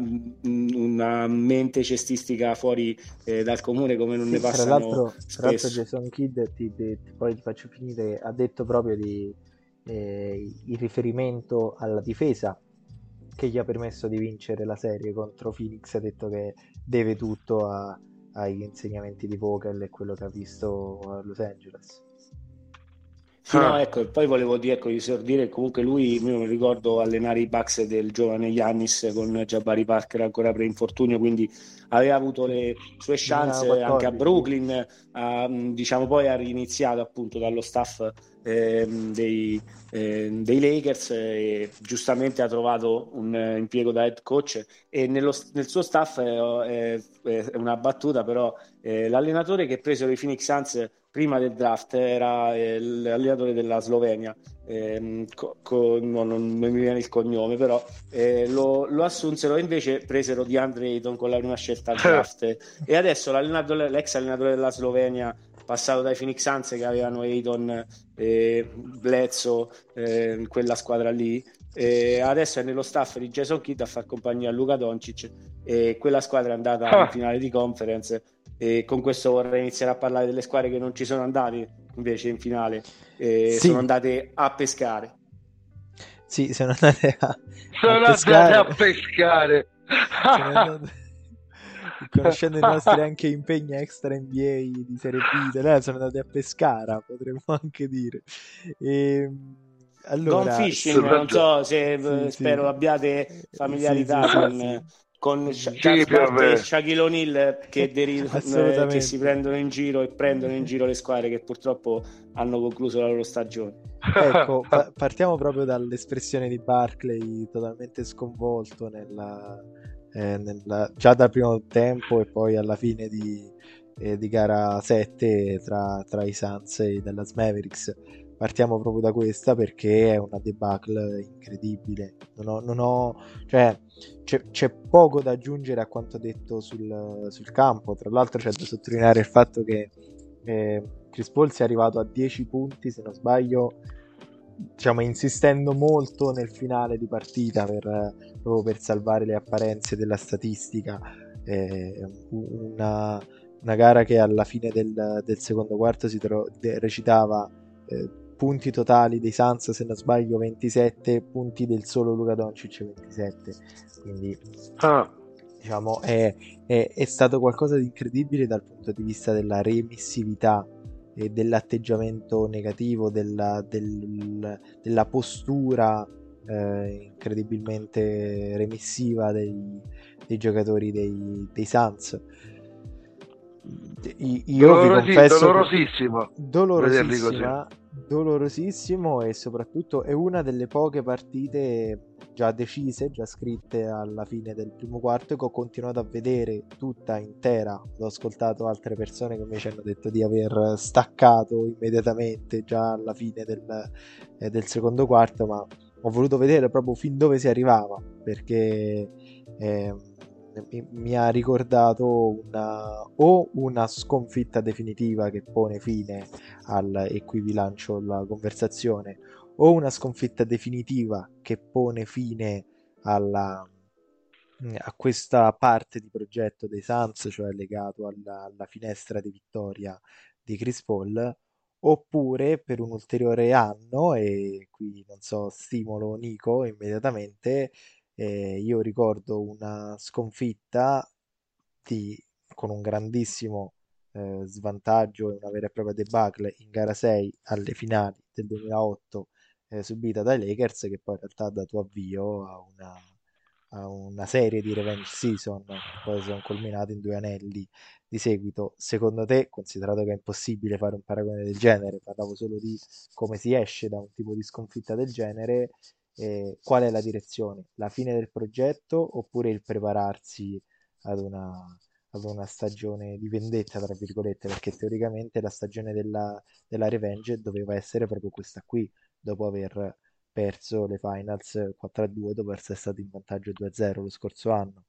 una mente cestistica fuori dal comune come non ne passano tra l'altro spesso. Jason Kidd, poi ti faccio finire, ha detto proprio il riferimento alla difesa che gli ha permesso di vincere la serie contro Phoenix. Ha detto che deve tutto agli insegnamenti di Vogel e quello che ha visto a Los Angeles. Sì, no, ecco, e poi volevo dire, ecco, esordire comunque lui, io mi ricordo allenare i Bucks del giovane Giannis con Jabari Parker ancora pre-infortunio, quindi aveva avuto le sue chance anche a Brooklyn, diciamo poi ha riniziato appunto dallo staff dei Lakers, e giustamente ha trovato un impiego da head coach, e nel suo staff è una battuta, però l'allenatore che presero i Phoenix Suns prima del draft era l'allenatore della Slovenia, non mi viene il cognome, però lo assunsero, e invece presero DeAndre Ayton con la prima scelta al draft, e adesso l'ex allenatore della Slovenia, passato dai Phoenix Suns che avevano Ayton e Bledsoe, quella squadra lì, adesso è nello staff di Jason Kidd a far compagnia a Luka Doncic, e quella squadra è andata in finale di conference. E con questo vorrei iniziare a parlare delle squadre che non ci sono andate invece in finale, sì. Sono andate a pescare. Sì, sono andate a pescare. Conoscendo i nostri anche impegni extra NBA di Serie B, sono andati a Pescara, potremmo anche dire. Allora, Gone fishing, non so se spero abbiate familiarità con Sì, Charles più o Bart e meno. Shaquille O'Neal che si Assolutamente. prendono in giro e prendono in giro le squadre che purtroppo hanno concluso la loro stagione. Ecco, partiamo proprio dall'espressione di Barclay totalmente sconvolto già dal primo tempo e poi alla fine di gara 7 tra i Suns e i Dallas Mavericks. Partiamo proprio da questa perché è una debacle incredibile. Cioè, c'è poco da aggiungere a quanto detto sul campo. Tra l'altro c'è da sottolineare il fatto che Chris Paul sia arrivato a 10 punti, se non sbaglio, diciamo, insistendo molto nel finale di partita proprio per salvare le apparenze della statistica. Una, una gara che alla fine del secondo quarto recitava punti totali dei Suns, se non sbaglio 27, punti del solo Luka Doncic 27, quindi Ah, diciamo è stato qualcosa di incredibile dal punto di vista della remissività e dell'atteggiamento negativo, della postura incredibilmente remissiva dei giocatori dei Suns. Io vi confesso che dolorosissimo vederli così. dolorosissima, dolorosissimo, e soprattutto è una delle poche partite già decise, già scritte alla fine del primo quarto, che ho continuato a vedere tutta intera. Ho ascoltato altre persone che invece hanno detto di aver staccato immediatamente già alla fine del secondo quarto, ma ho voluto vedere proprio fin dove si arrivava, perché mi ha ricordato o una sconfitta definitiva che pone fine e qui vi lancio la conversazione, o una sconfitta definitiva che pone fine a questa parte di progetto dei Suns, cioè legato alla finestra di vittoria di Chris Paul, oppure per un ulteriore anno, e qui non so, stimolo Nico immediatamente. Io ricordo una sconfitta di- con un grandissimo svantaggio e una vera e propria debacle in gara 6 alle finali del 2008, subita dai Lakers, che poi in realtà ha dato avvio a una serie di revenge season che poi sono culminate in 2 anelli di seguito. Secondo te, considerato che è impossibile fare un paragone del genere, parlavo solo di come si esce da un tipo di sconfitta del genere, qual è la direzione? La fine del progetto oppure il prepararsi ad una stagione di vendetta, tra virgolette, perché teoricamente la stagione della revenge doveva essere proprio questa qui, dopo aver perso le finals 4-2, dopo essere stato in vantaggio 2-0 lo scorso anno.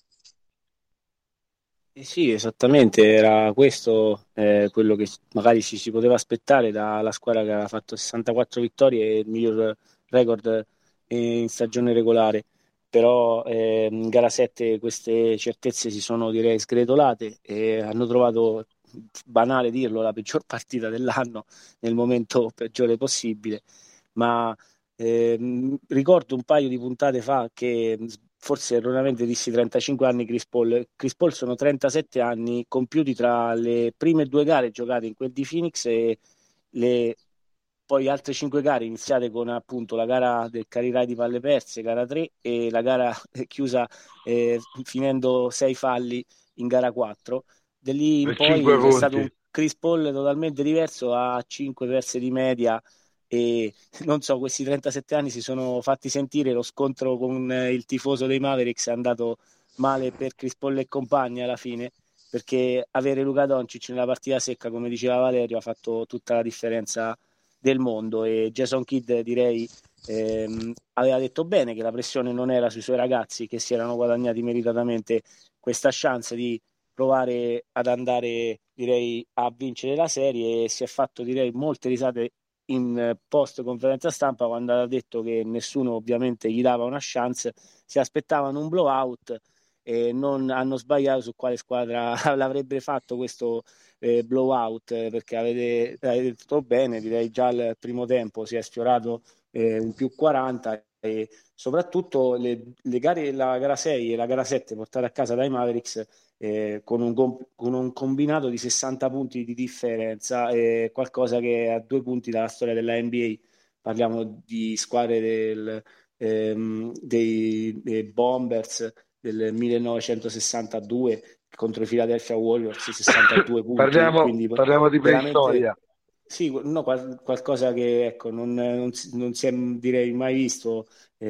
Sì, esattamente, era questo quello che magari ci si poteva aspettare dalla squadra che aveva fatto 64 vittorie e il miglior record in stagione regolare. Però in gara 7 queste certezze si sono, direi, sgretolate e hanno trovato, banale dirlo, la peggior partita dell'anno nel momento peggiore possibile. Ma ricordo un paio di puntate fa che forse erroneamente dissi 35 anni Chris Paul. Chris Paul sono 37 anni compiuti tra le prime due gare giocate in quel di Phoenix e le poi altre 5 gare iniziate con appunto la gara del Carirai di palle perse, gara 3, e la gara chiusa finendo 6 falli in gara 4. Da lì in Per 5 poi è stato punti. un Chris Paul totalmente diverso, a 5 perse di media e non so, questi 37 anni si sono fatti sentire. Lo scontro con il tifoso dei Mavericks è andato male per Chris Paul e compagni alla fine, perché avere Luka Doncic nella partita secca, come diceva Valerio, ha fatto tutta la differenza del mondo. E Jason Kidd, direi, aveva detto bene che la pressione non era sui suoi ragazzi, che si erano guadagnati meritatamente questa chance di provare ad andare, direi, a vincere la serie, e si è fatto, direi, molte risate in post conferenza stampa quando ha detto che nessuno ovviamente gli dava una chance, si aspettavano un blowout e non hanno sbagliato su quale squadra l'avrebbe fatto questo blowout, perché avete detto bene, direi già al primo tempo si è sfiorato un più 40, e soprattutto le gare, la gara 6 e la gara 7 portate a casa dai Mavericks con un combinato di 60 punti di differenza, qualcosa che è a 2 punti dalla storia della NBA. Parliamo di squadre dei Bombers del 1962 contro i Philadelphia Warriors, 62 punti, Parliamo, quindi parliamo di veramente preistoria. sì, no, qualcosa che ecco, non si è direi mai visto,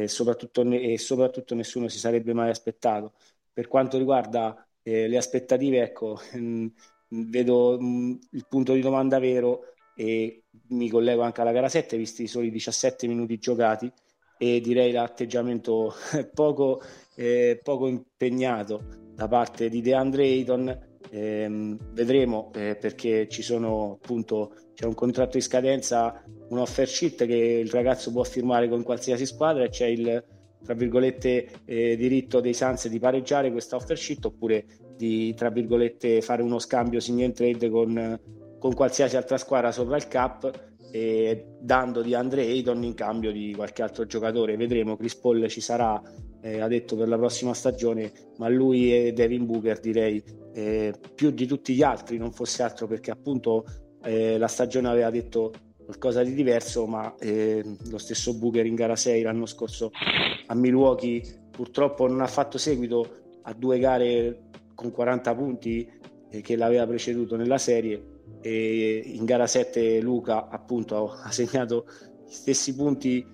e soprattutto nessuno si sarebbe mai aspettato. Per quanto riguarda le aspettative, ecco, vedo il punto di domanda vero e mi collego anche alla gara 7, visti i soli 17 minuti giocati e direi l'atteggiamento poco, poco impegnato da parte di DeAndre Ayton. Vedremo perché ci sono appunto c'è un contratto in scadenza, un offer sheet che il ragazzo può firmare con qualsiasi squadra e c'è il tra virgolette diritto dei Suns di pareggiare questa offer sheet oppure di tra virgolette fare uno scambio sign and trade con qualsiasi altra squadra sopra il cap dando di Andre Ayton in cambio di qualche altro giocatore. Vedremo, Chris Paul ci sarà, ha detto per la prossima stagione, ma lui e Devin Booker direi più di tutti gli altri, non fosse altro perché appunto la stagione aveva detto qualcosa di diverso, ma lo stesso Booker in gara 6 l'anno scorso a Milwaukee purtroppo non ha fatto seguito a 2 gare con 40 punti che l'aveva preceduto nella serie e in gara 7 Luka appunto ha segnato gli stessi punti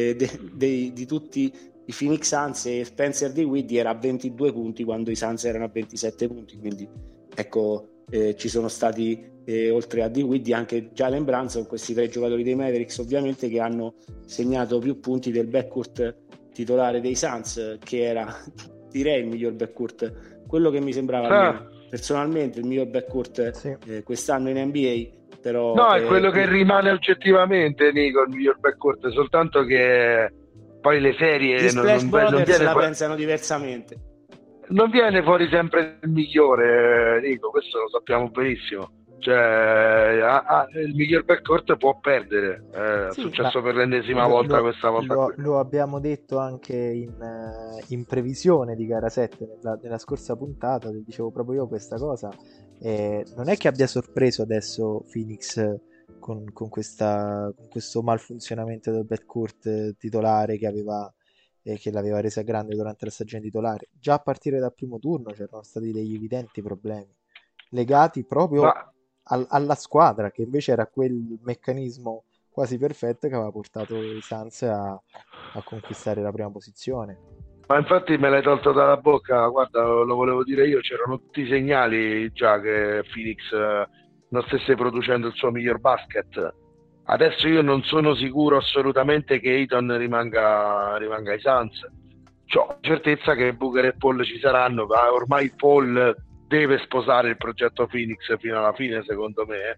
di tutti i Phoenix Suns e Spencer Dinwiddie era a 22 punti quando i Suns erano a 27 punti, quindi ecco ci sono stati oltre a Dinwiddie anche Jalen Brunson, questi 3 giocatori dei Mavericks ovviamente che hanno segnato più punti del backcourt titolare dei Suns che era direi il miglior backcourt, quello che mi sembrava almeno personalmente il miglior backcourt Sì. quest'anno in NBA, però No, è quello che rimane oggettivamente, Nico, il miglior backcourt, soltanto che poi le gli serie Splash Brothers viene la fuori, pensano diversamente. non viene fuori sempre il migliore, Nico, questo lo sappiamo benissimo. Cioè, il miglior backcourt può perdere, è Sì, ma successo per l'ennesima volta questa volta qui. lo abbiamo detto anche in previsione di gara 7 nella scorsa puntata, dicevo proprio io questa cosa. Non è che abbia sorpreso adesso Phoenix con con questo malfunzionamento del backcourt titolare che l'aveva resa grande durante la stagione titolare. Già a partire dal primo turno c'erano stati degli evidenti problemi legati Ma proprio alla squadra, che invece era quel meccanismo quasi perfetto che aveva portato i Suns a conquistare la prima posizione. Ma infatti me l'hai tolto dalla bocca, guarda, lo volevo dire io, c'erano tutti i segnali già che Phoenix non stesse producendo il suo miglior basket. Adesso io non sono sicuro assolutamente che Ayton rimanga ai Suns. C'ho certezza che Booker e Paul ci saranno, ma ormai Paul deve sposare il progetto Phoenix fino alla fine, secondo me.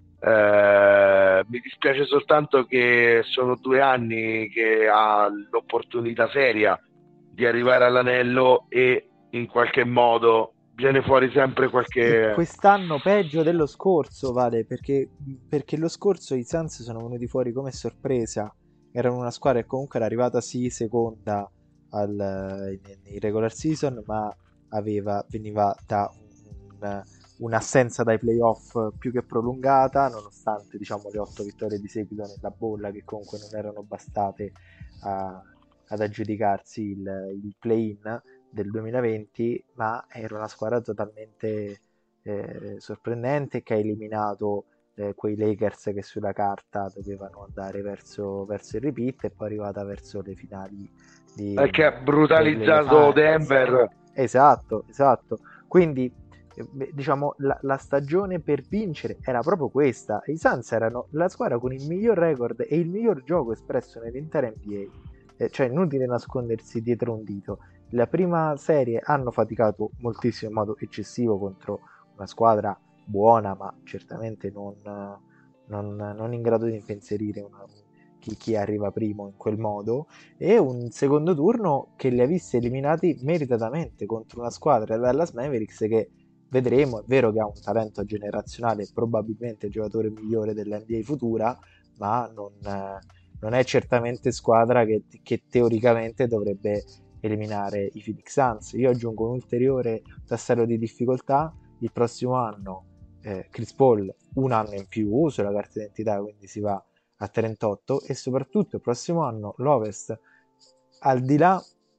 Mi dispiace soltanto che sono 2 anni che ha l'opportunità seria di arrivare all'anello e in qualche modo viene fuori sempre E qualche... quest'anno peggio dello scorso, Vale, perché lo scorso i Suns sono venuti fuori come sorpresa. Erano una squadra che comunque era arrivata sì seconda nei regular season, ma veniva da un'assenza dai playoff più che prolungata, nonostante diciamo le 8 vittorie di seguito nella bolla che comunque non erano bastate a- ad aggiudicarsi il play-in del 2020, ma era una squadra totalmente sorprendente che ha eliminato quei Lakers che sulla carta dovevano andare verso il repeat e poi è arrivata verso le finali che ha delle brutalizzato finals. Denver. Esatto, esatto. Quindi beh, diciamo la stagione per vincere era proprio questa. I Suns erano la squadra con il miglior record e il miglior gioco espresso nell'intera NBA. Cioè, inutile nascondersi dietro un dito. La prima serie hanno faticato moltissimo in modo eccessivo contro una squadra buona, ma certamente non in grado di impensierire chi arriva primo in quel modo. E un secondo turno che li ha visti eliminati meritatamente contro una squadra, la Dallas Mavericks, che vedremo, è vero che ha un talento generazionale, probabilmente il giocatore migliore dell'NBA futura, ma non è certamente squadra che teoricamente dovrebbe eliminare i Phoenix Suns. Io aggiungo un ulteriore tassello di difficoltà: il prossimo anno Chris Paul un anno in più sulla carta d'identità, quindi si va a 38, e soprattutto il prossimo anno l'Ovest, al di là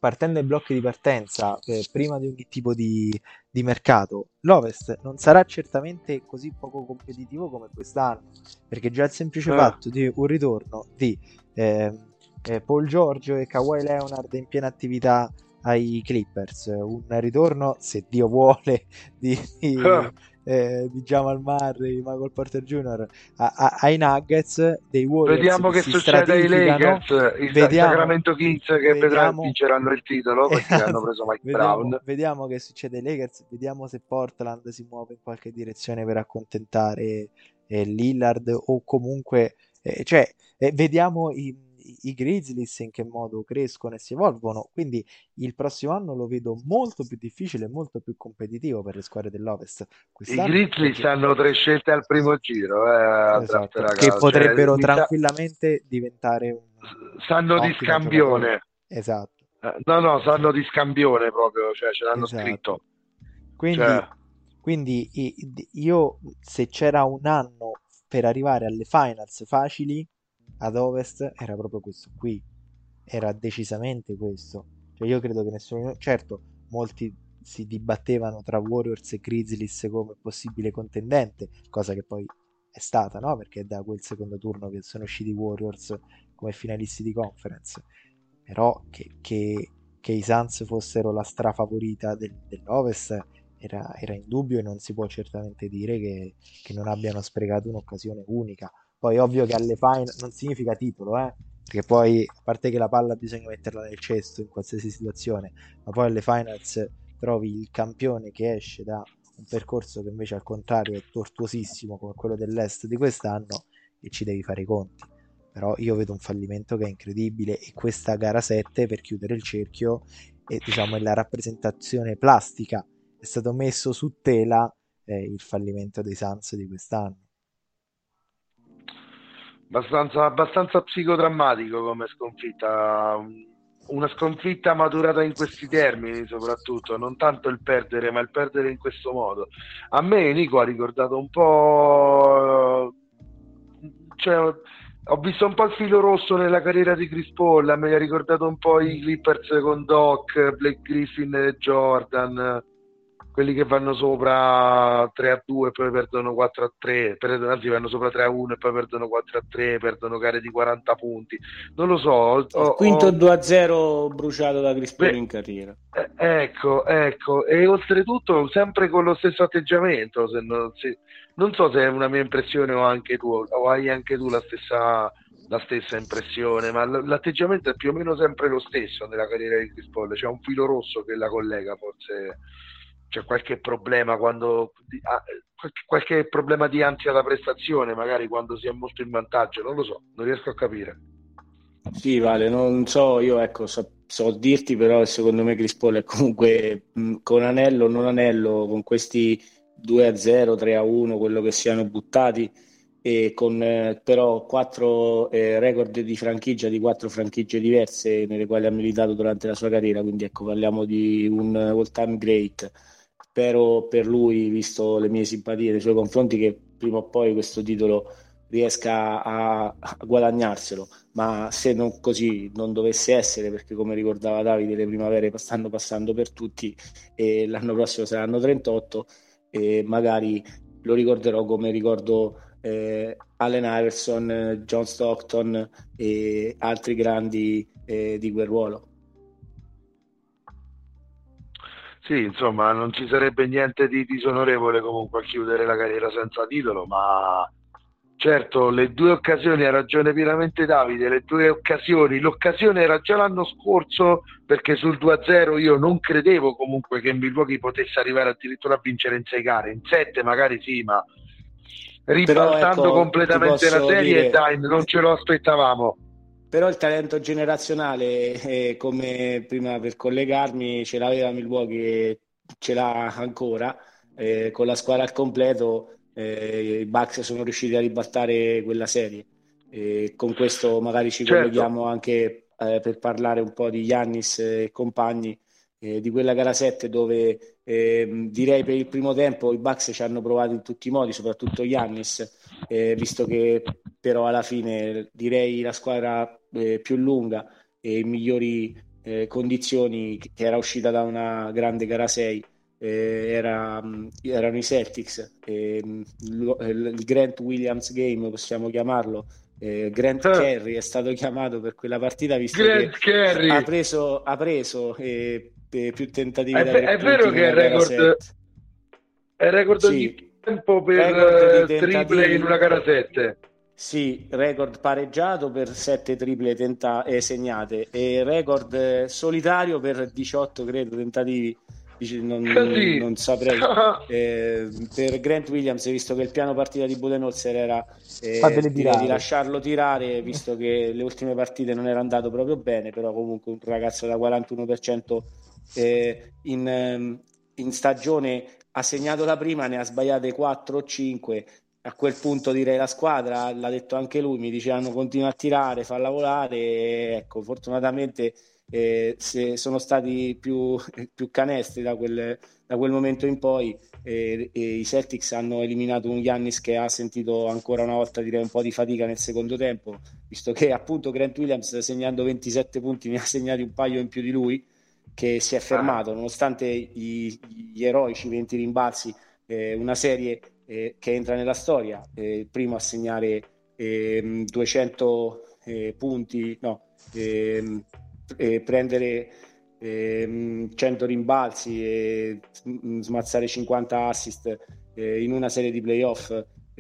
partendo dai blocchi di partenza, prima di ogni tipo di mercato, l'Ovest non sarà certamente così poco competitivo come quest'anno, perché già il semplice fatto di un ritorno di Paul George e Kawhi Leonard in piena attività ai Clippers, un ritorno, se Dio vuole, di Jamal Murray, Michael Porter Jr. Ai Nuggets, dei Warriors Vediamo che che si succede ai stratificano. Lakers, i Vediamo, Sacramento Kings che vediamo, vinceranno il titolo perché hanno preso Mike Brown. vediamo che succede ai Lakers, vediamo se Portland si muove in qualche direzione per accontentare Lillard o comunque, vediamo i Grizzlies in che modo crescono e si evolvono, quindi il prossimo anno lo vedo molto più difficile e molto più competitivo per le squadre dell'Ovest. I Grizzlies hanno 3 scelte al primo giro esatto, che potrebbero tranquillamente diventare sanno di scambione giocatore. Esatto. No, sanno di scambione proprio, cioè ce l'hanno esatto. scritto. Quindi io, se c'era un anno per arrivare alle finals facili ad Ovest, era proprio questo qui, era decisamente questo. Cioè io credo che nessuno, certo, molti si dibattevano tra Warriors e Grizzlies come possibile contendente, cosa che poi è stata, no? Perché è da quel secondo turno che sono usciti i Warriors come finalisti di conference. Però che i Suns fossero la strafavorita dell'Ovest era indubbio, e non si può certamente dire che non abbiano sprecato un'occasione unica. Poi ovvio che alle final non significa titolo, perché poi, a parte che la palla bisogna metterla nel cesto in qualsiasi situazione, ma poi alle finals trovi il campione che esce da un percorso che invece al contrario è tortuosissimo come quello dell'Est di quest'anno, e ci devi fare i conti. Però io vedo un fallimento che è incredibile, e questa gara 7, per chiudere il cerchio, è la rappresentazione plastica, è stato messo su tela il fallimento dei Suns di quest'anno. Abbastanza psicodrammatico come sconfitta, una sconfitta maturata in questi termini, soprattutto non tanto il perdere, ma il perdere in questo modo. A me Nico ha ricordato un po', cioè, ho visto un po' il filo rosso nella carriera di Chris Paul, mi ha ricordato un po' i Clippers con Doc, Blake Griffin e Jordan, quelli che vanno sopra 3-2 e poi perdono 4-3, anzi vanno sopra 3-1 e poi perdono 4-3, perdono gare di 40 punti. Non lo so. Il quinto 2-0 bruciato da Chris Paul in carriera. Ecco, e oltretutto sempre con lo stesso atteggiamento. Non so se è una mia impressione o anche tu, o hai anche tu la stessa impressione, ma l'atteggiamento è più o meno sempre lo stesso nella carriera di Chris Paul. C'è un filo rosso che la collega, forse c'è qualche problema qualche problema di ansia da prestazione, magari quando si è molto in vantaggio, non lo so, non riesco a capire. Sì, Vale, non so, io ecco, so dirti, però secondo me Chris Paul è comunque con anello o non anello, con questi 2-0, 3-1, quello che siano buttati, e con però 4 record di franchigia, di 4 franchigie diverse nelle quali ha militato durante la sua carriera, quindi ecco, parliamo di un all-time great. Spero per lui, visto le mie simpatie nei suoi confronti, che prima o poi questo titolo riesca a guadagnarselo, ma se non così non dovesse essere, perché come ricordava Davide le primavere stanno passando per tutti e l'anno prossimo saranno 38, e magari lo ricorderò come ricordo Allen Iverson, John Stockton e altri grandi di quel ruolo. Sì, insomma, non ci sarebbe niente di disonorevole comunque a chiudere la carriera senza titolo, ma certo, le 2 occasioni, ha ragione pienamente Davide, le 2 occasioni, l'occasione era già l'anno scorso, perché sul 2-0 io non credevo comunque che Milwaukee potesse arrivare addirittura a vincere in 6 gare, in 7 magari sì, ma ribaltando completamente la serie, dai, non ce lo aspettavamo. Però il talento generazionale, come prima per collegarmi, ce l'aveva Milwaukee e ce l'ha ancora, con la squadra al completo. I Bucks sono riusciti a ribaltare quella serie, con questo magari ci colleghiamo anche per parlare un po' di Giannis e compagni, di quella gara 7 dove direi per il primo tempo i Bucks ci hanno provato in tutti i modi, soprattutto Giannis, visto che però alla fine direi la squadra più lunga e i migliori condizioni, che era uscita da una grande gara 6, erano i Celtics, il Grant Williams Game, possiamo chiamarlo. Grant Kerry è stato chiamato per quella partita, visto che Grant Kerry ha preso più tentativi è, da 3 è punti vero in che una gara 7. è il record di Sì, tempo record di per triple in tentativi. una gara 7. Sì, record pareggiato per 7 triple segnate e record solitario per 18, credo, tentativi. Così. Non saprei. Per Grant Williams, visto che il piano partita di Budenholzer era, Fatele direi, di tirare. lasciarlo tirare, visto che le ultime partite non era andato proprio bene, però comunque un ragazzo da 41% in stagione ha segnato la prima, ne ha sbagliate 4 o 5. A quel punto direi la squadra, l'ha detto anche lui, mi dicevano continua a tirare, fa lavorare, e ecco, fortunatamente se sono stati più canestri da quel momento in poi, e i Celtics hanno eliminato un Giannis che ha sentito ancora una volta, direi, un po' di fatica nel secondo tempo, visto che appunto Grant Williams, segnando 27 punti, ne ha segnati un paio in più di lui, che si è fermato nonostante gli eroici 20 rimbalzi, una serie che entra nella storia, il primo a segnare 200 punti, no, prendere 100 rimbalzi e smazzare 50 assist in una serie di playoff.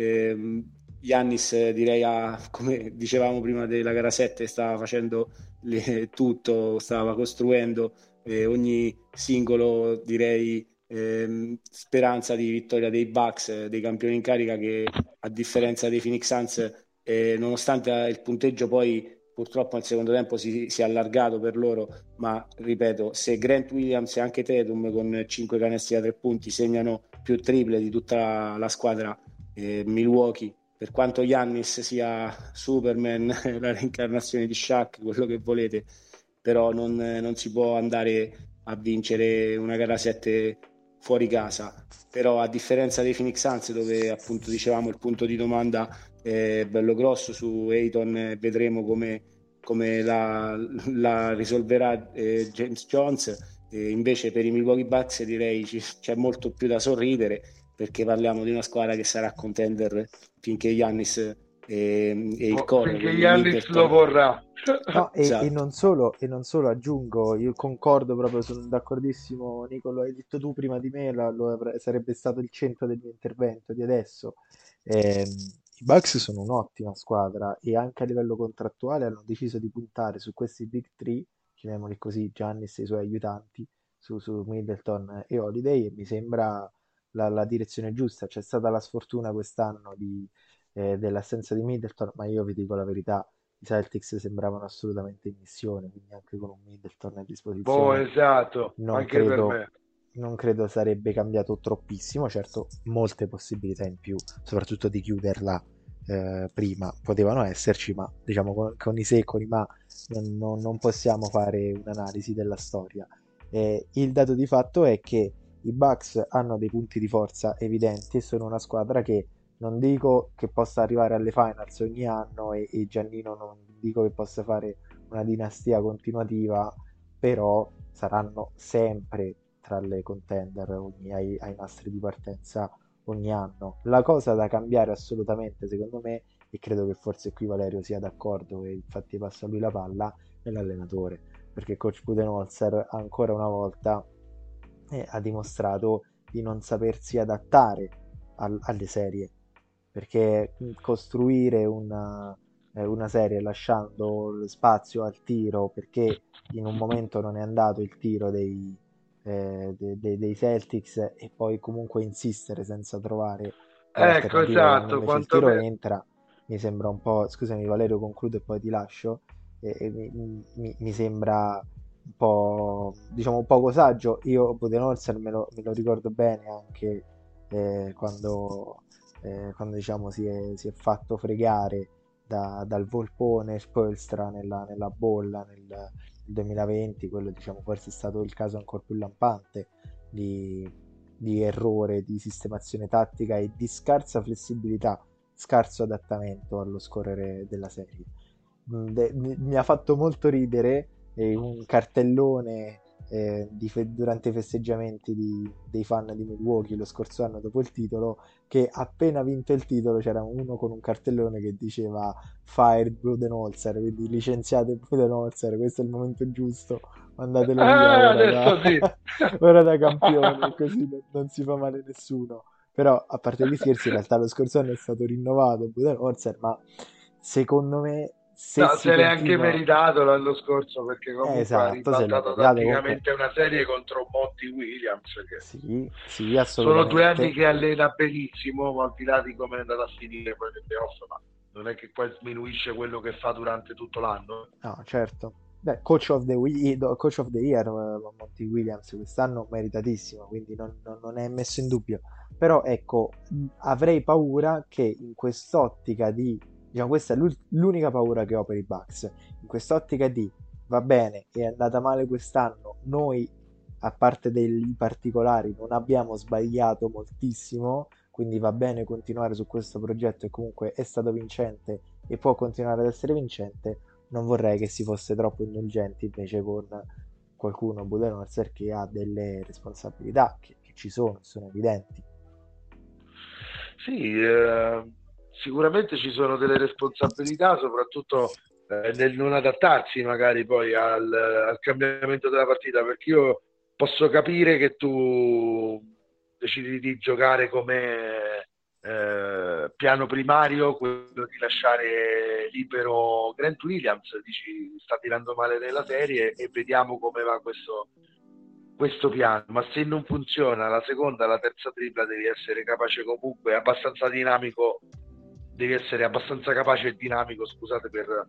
Giannis, direi, come dicevamo prima della gara 7, stava facendo tutto, stava costruendo ogni singolo, direi, speranza di vittoria dei Bucks, dei campioni in carica, che a differenza dei Phoenix Suns, nonostante il punteggio poi purtroppo nel secondo tempo si è allargato per loro, ma ripeto, se Grant Williams e anche Tatum con 5 canestri da 3 punti segnano più triple di tutta la squadra Milwaukee, per quanto Giannis sia Superman, la reincarnazione di Shaq, quello che volete, però non si può andare a vincere una gara 7 fuori casa. Però a differenza dei Phoenix Suns, dove appunto dicevamo il punto di domanda è bello grosso su Ayton, vedremo come la risolverà James Jones. Invece per i Milwaukee Bucks direi c'è molto più da sorridere, perché parliamo di una squadra che sarà contender finché Giannis e il core, Finché quindi Giannis lo Middleton. vorrà. No, Esatto. e non solo, aggiungo, io concordo proprio, sono d'accordissimo, Nicolo, hai detto tu prima di me, sarebbe stato il centro del mio intervento di adesso. I Bucks sono un'ottima squadra e anche a livello contrattuale hanno deciso di puntare su questi Big Three, chiamiamoli così, Giannis e i suoi aiutanti, su Middleton e Holiday, e mi sembra la direzione giusta. C'è stata la sfortuna quest'anno dell'assenza di Middleton, ma io vi dico la verità, i Celtics sembravano assolutamente in missione, quindi anche con un Middleton a Boh, disposizione esatto, non anche per credo, me. non credo sarebbe cambiato troppissimo. Certo, molte possibilità in più, soprattutto di chiuderla prima, potevano esserci, ma diciamo con i se e con i ma non possiamo fare un'analisi della storia. Il dato di fatto è che i Bucks hanno dei punti di forza evidenti e sono una squadra che non dico che possa arrivare alle finals ogni anno, e Giannino non dico che possa fare una dinastia continuativa, però saranno sempre tra le contender ai nastri di partenza ogni anno. La cosa da cambiare assolutamente, secondo me, e credo che forse qui Valerio sia d'accordo e infatti passa a lui la palla, è l'allenatore, perché coach Budenholzer ancora una volta ha dimostrato di non sapersi adattare alle serie, perché costruire una serie lasciando lo spazio al tiro, perché in un momento non è andato il tiro dei Celtics, e poi comunque insistere senza trovare poi Ecco, alternative quando esatto, invece il tiro entra, mi sembra un po', scusami Valerio, concludo e poi ti lascio, mi sembra un po', diciamo, un poco saggio. Io Budenholzer me lo ricordo bene anche quando diciamo si è fatto fregare dal Volpone Spoelstra nella bolla nel 2020. Quello diciamo forse è stato il caso ancora più lampante di, di errore di sistemazione tattica e di scarsa flessibilità, scarso adattamento allo scorrere della serie. Mi ha fatto molto ridere un cartellone durante i festeggiamenti dei fan di Milwaukee lo scorso anno dopo il titolo, che appena vinto il titolo c'era uno con un cartellone che diceva Fired Budenholzer, quindi licenziate Budenholzer, questo è il momento giusto, mandatelo via Adesso sì. ora da campione, così non si fa male nessuno. Però a parte gli scherzi, in realtà lo scorso anno è stato rinnovato Budenholzer, ma secondo me se No, si se l'è anche continua... meritato l'anno scorso, perché comunque ha Esatto, se l'è ribaltato meritato comunque. tatticamente una serie contro Monty Williams, che Sì, sì, sono 2 anni assolutamente. che allena benissimo, ma al di là di come è andata a finire poi nei playoff, ma non è che poi sminuisce quello che fa durante tutto l'anno. No, certo. Beh, coach of the year, Monty Williams quest'anno meritatissimo, quindi non è messo in dubbio. Però ecco, avrei paura che in quest'ottica di, diciamo, questa è l'unica paura che ho per i Bucks, in quest'ottica di, va bene, è andata male quest'anno, noi, a parte dei particolari, non abbiamo sbagliato moltissimo, quindi va bene continuare su questo progetto e comunque è stato vincente e può continuare ad essere vincente. Non vorrei che si fosse troppo indulgenti invece con qualcuno, Budenholzer, che ha delle responsabilità che ci sono evidenti. Sì, sicuramente ci sono delle responsabilità, soprattutto nel non adattarsi magari poi al cambiamento della partita, perché io posso capire che tu decidi di giocare come piano primario, quello di lasciare libero Grant Williams, dici sta tirando male nella serie e vediamo come va questo piano, ma se non funziona la seconda, la terza tripla devi essere capace comunque, abbastanza dinamico, devi essere abbastanza capace e dinamico, scusate,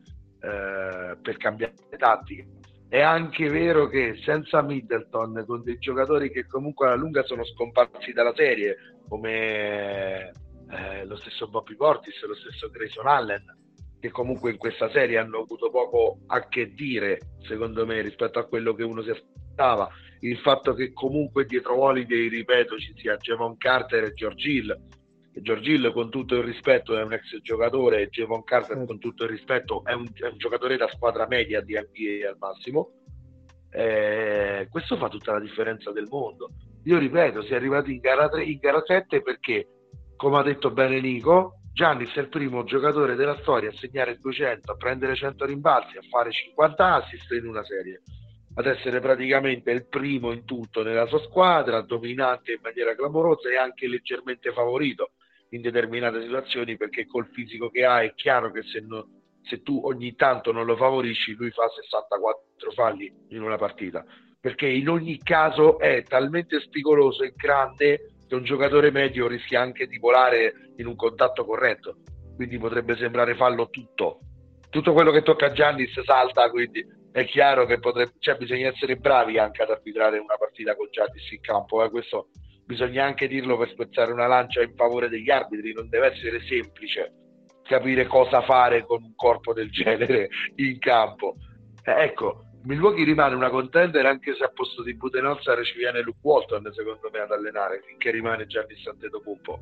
per cambiare tattica. È anche vero che senza Middleton, con dei giocatori che comunque alla lunga sono scomparsi dalla serie, come lo stesso Bobby Portis, lo stesso Grayson Allen, che comunque in questa serie hanno avuto poco a che dire, secondo me, rispetto a quello che uno si aspettava. Il fatto che comunque dietro Holiday, ripeto, ci sia Javon Carter e George Hill, e George Hill, con tutto il rispetto, è un ex giocatore, e Javon Carter, con tutto il rispetto, è un giocatore da squadra media di NBA al massimo. Questo fa tutta la differenza del mondo. Io ripeto, si è arrivati in gara 3, in gara 7 perché, come ha detto bene Nico, Giannis è il primo giocatore della storia a segnare 200, a prendere 100 rimbalzi, a fare 50 assist in una serie, ad essere praticamente il primo in tutto nella sua squadra, dominante in maniera clamorosa e anche leggermente favorito in determinate situazioni, perché col fisico che ha è chiaro che se tu ogni tanto non lo favorisci, lui fa 64 falli in una partita, perché in ogni caso è talmente spigoloso e grande che un giocatore medio rischia anche di volare in un contatto corretto, quindi potrebbe sembrare fallo tutto quello che tocca a Giannis salta, quindi è chiaro che bisogna essere bravi anche ad arbitrare una partita con Giannis in campo, questo bisogna anche dirlo per spezzare una lancia in favore degli arbitri, non deve essere semplice capire cosa fare con un corpo del genere in campo. Ecco, Milwaukee rimane una contender anche se a posto di Budenholzer ci viene Luke Walton, secondo me, ad allenare, finché rimane Giannis Antetokounmpo.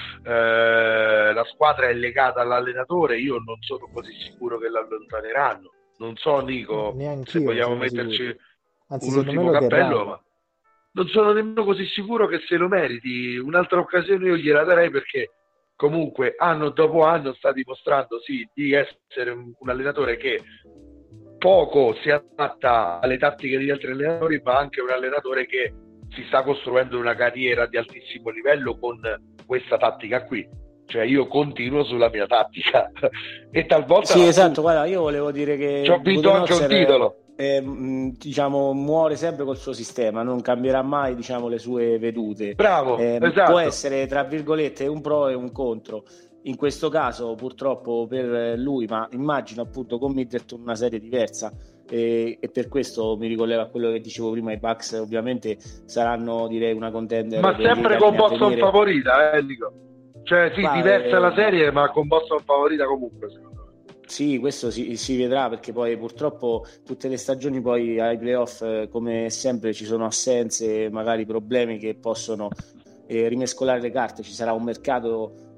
La squadra è legata all'allenatore, io non sono così sicuro che l'allontaneranno. Non so, Nico, se Neanch'io ne vogliamo sono metterci sicuro. Anzi, un secondo me ultimo lo cappello, terranno. ma non sono nemmeno così sicuro che se lo meriti. Un'altra occasione io gliela darei, perché comunque anno dopo anno sta dimostrando sì di essere un allenatore che poco si adatta alle tattiche degli altri allenatori, ma anche un allenatore che si sta costruendo una carriera di altissimo livello con questa tattica qui. Cioè io continuo sulla mia tattica e talvolta Sì, esatto, guarda, io volevo dire che ci ho vinto anche un titolo. Diciamo, muore sempre col suo sistema, non cambierà mai, diciamo, le sue vedute. Bravo, esatto. Può essere, tra virgolette, un pro e un contro. In questo caso, purtroppo per lui, ma immagino appunto con Middleton una serie diversa. E per questo mi ricollego a quello che dicevo prima, i Bucks ovviamente saranno, direi, una contender, ma sempre con Boston favorita, dico. Cioè sì, diversa la serie, ma con Boston favorita comunque, secondo me. Sì, questo si vedrà, perché poi purtroppo tutte le stagioni poi ai playoff, come sempre, ci sono assenze, magari problemi che possono rimescolare le carte. Ci sarà un mercato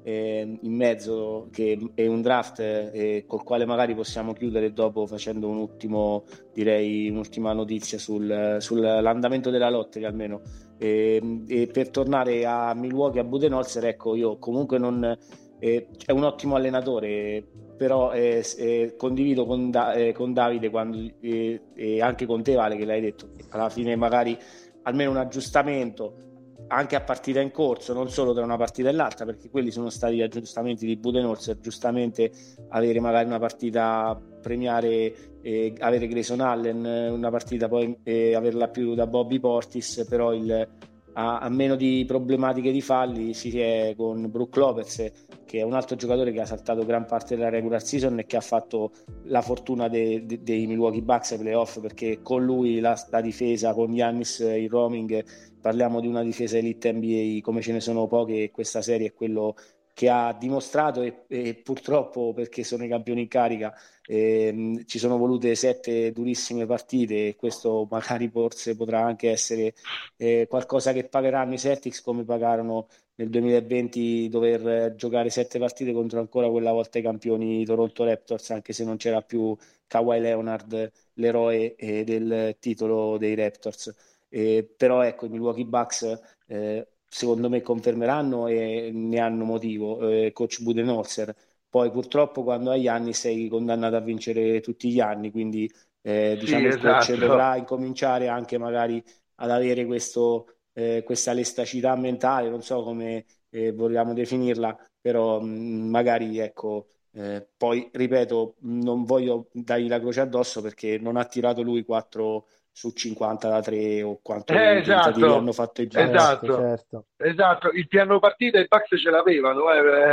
in mezzo, che è un draft col quale magari possiamo chiudere dopo facendo un'ultima notizia sull'andamento della lottery almeno. E per tornare a Milwaukee, a Budenholzer, ecco, io comunque non è un ottimo allenatore, però condivido con Davide e anche con te, Vale, che l'hai detto, alla fine magari almeno un aggiustamento anche a partita in corso, non solo tra una partita e l'altra, perché quelli sono stati gli aggiustamenti di Budenholzer, giustamente avere magari una partita, premiare avere Grayson Allen, una partita poi averla più da Bobby Portis, però a meno di problematiche di falli si è con Brook Lopez, che è un altro giocatore che ha saltato gran parte della regular season e che ha fatto la fortuna dei Milwaukee Bucks ai playoff, perché con lui la difesa, con Giannis in roaming, parliamo di una difesa elite NBA come ce ne sono poche, e questa serie è quello che ha dimostrato e purtroppo, perché sono i campioni in carica, ci sono volute 7 durissime partite, e questo magari forse potrà anche essere qualcosa che pagheranno i Celtics, come pagarono nel 2020 dover giocare 7 partite contro ancora quella volta i campioni Toronto Raptors, anche se non c'era più Kawhi Leonard, l'eroe del titolo dei Raptors. Però ecco, i Milwaukee Bucks secondo me confermeranno e ne hanno motivo. Coach Budenholzer, poi purtroppo quando hai anni sei condannato a vincere tutti gli anni, quindi diciamo il coach dovrà incominciare anche magari ad avere questa elastacità mentale, non so come vogliamo definirla, però magari ecco, poi ripeto, non voglio dargli la croce addosso perché non ha tirato lui 4 su 50 da 3 o quanto i tentativi hanno fatto i Bucks. Certo. Esatto, il piano partita i Bucks ce l'avevano,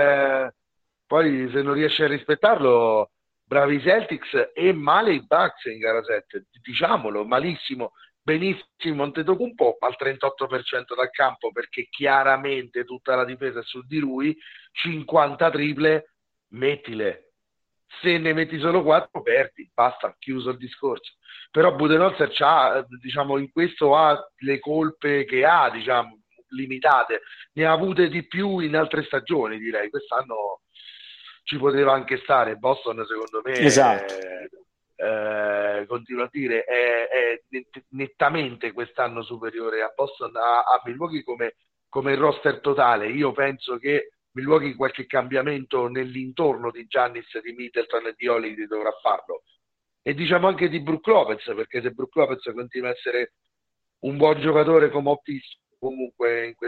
poi se non riesci a rispettarlo, bravi i Celtics e male i Bucks in gara 7, diciamolo, malissimo. Benissimo Antetokounmpo al 38% dal campo, perché chiaramente tutta la difesa è su di lui, 50 triple, mettile. Se ne metti solo 4 perdi, basta, chiuso il discorso. Però Budenholzer diciamo, in questo ha le colpe che ha, diciamo, limitate, ne ha avute di più in altre stagioni, direi. Quest'anno ci poteva anche stare. Boston, secondo me, esatto. Continuo a dire, è nettamente quest'anno superiore a Boston, a Milwaukee come il roster totale. Io penso che Milwaukee qualche cambiamento nell'intorno di Giannis, di Middleton e di Holiday dovrà farlo, e diciamo anche di Brook Lopez, perché se Brook Lopez continua a essere un buon giocatore come ho visto comunque in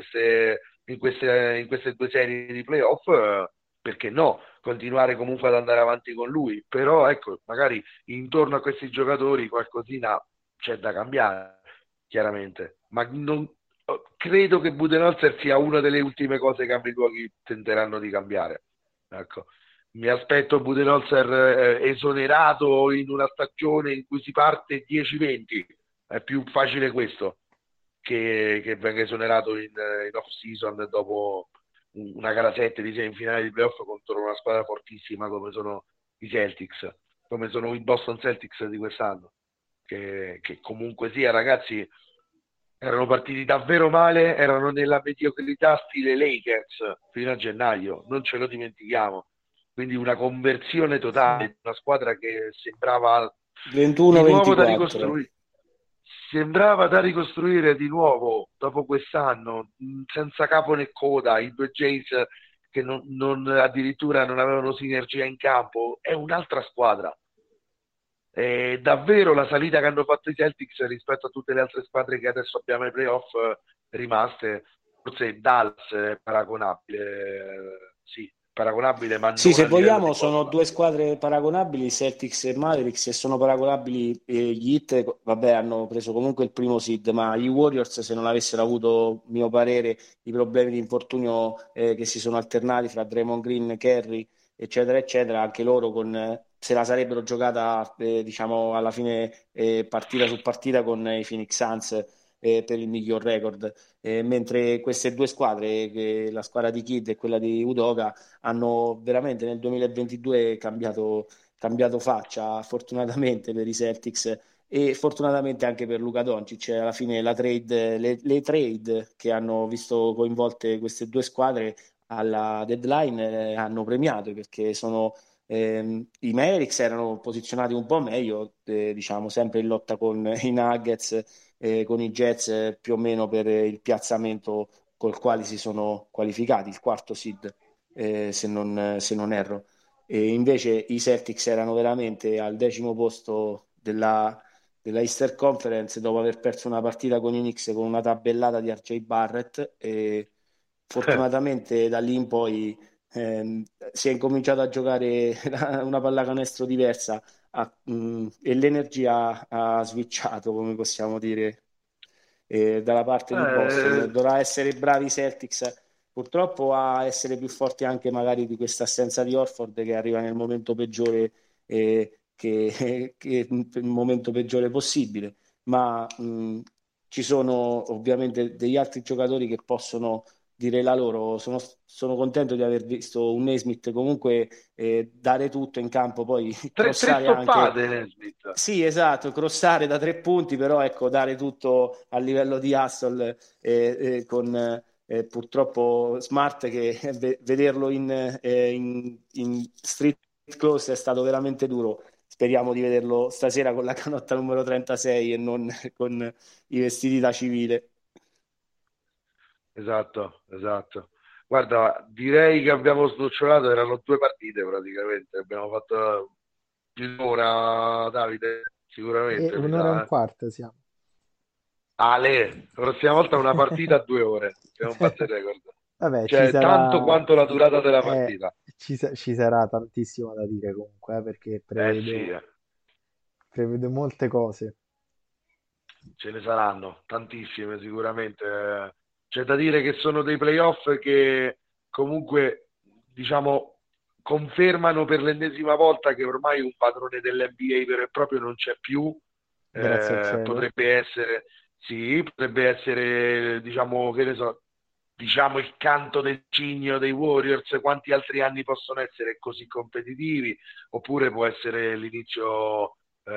queste 2 serie di playoff, perché no, continuare comunque ad andare avanti con lui. Però ecco, magari intorno a questi giocatori qualcosina c'è da cambiare, chiaramente, ma non credo che Budenholzer sia una delle ultime cose che a Milwaukee tenteranno di cambiare. Ecco, mi aspetto Budenholzer esonerato in una stagione in cui si parte 10-20, è più facile questo che venga esonerato in off season dopo una gara 7 di semifinale di playoff contro una squadra fortissima come sono i Celtics, come sono i Boston Celtics di quest'anno, che comunque sia, ragazzi, erano partiti davvero male, erano nella mediocrità stile Lakers fino a gennaio, non ce lo dimentichiamo. Quindi una conversione totale di una squadra che sembrava 21-24. Sembrava da ricostruire di nuovo dopo quest'anno, senza capo né coda, i due Jays che addirittura non avevano sinergia in campo. È un'altra squadra. È davvero la salita che hanno fatto i Celtics rispetto a tutte le altre squadre che adesso abbiamo ai playoff rimaste, forse Dallas è paragonabile, sì, paragonabile, ma sì, non se a livello vogliamo di sono Boston. due squadre paragonabili, Celtics e Mavericks, e sono paragonabili gli Heat, vabbè, hanno preso comunque il primo seed, ma i Warriors, se non avessero avuto, mio parere, i problemi di infortunio che si sono alternati fra Draymond Green, Curry, eccetera eccetera, anche loro se la sarebbero giocata diciamo alla fine partita su partita con i Phoenix Suns per il miglior record, mentre queste due squadre, la squadra di Kidd e quella di Udoka, hanno veramente nel 2022 cambiato faccia, fortunatamente per i Celtics e fortunatamente anche per Luka Doncic. Alla fine le trade che hanno visto coinvolte queste due squadre alla deadline hanno premiato, perché i Mavericks erano posizionati un po' meglio, diciamo sempre in lotta con i Nuggets, con i Jets, più o meno per il piazzamento col quale si sono qualificati, il quarto seed, se non erro. E invece i Celtics erano veramente al 10° posto della Eastern Conference, dopo aver perso una partita con i Knicks con una tabellata di RJ Barrett, e fortunatamente da lì in poi si è incominciato a giocare una pallacanestro diversa, e l'energia ha switchato, come possiamo dire, dalla parte di Boston. Eh, Dovrà essere bravi i Celtics purtroppo a essere più forti anche magari di questa assenza di Horford, che arriva nel momento peggiore, che il momento peggiore possibile, ma ci sono ovviamente degli altri giocatori che possono dire la loro. Sono contento di aver visto un Naismith comunque dare tutto in campo, poi tre crossare anche. stoppate, Nesmith. Sì, esatto, crossare da 3 punti, però ecco, dare tutto a livello di hustle, con purtroppo Smart, che vederlo in street close è stato veramente duro. Speriamo di vederlo stasera con la canotta numero 36 e non con i vestiti da civile. Esatto, esatto. Guarda, direi che abbiamo snocciolato, erano 2 partite praticamente, abbiamo fatto più di un'ora, Davide, E sicuramente mi un'ora e un sa. quarto siamo. Ale, la prossima volta una partita a 2 ore, abbiamo fatto il record. Vabbè, ci Cioè, tanto sarà, quanto la durata della eh, partita. ci sarà tantissimo da dire comunque, perché Eh sì, prevedo molte cose. ce ne saranno tantissime sicuramente. C'è da dire che sono dei playoff che comunque, diciamo, confermano per l'ennesima volta che ormai un padrone dell'NBA vero e proprio non c'è più. Grazie al cielo. Potrebbe essere, sì, potrebbe essere, diciamo, che ne so, diciamo il canto del cigno dei Warriors. Quanti altri anni possono essere così competitivi? Oppure può essere l'inizio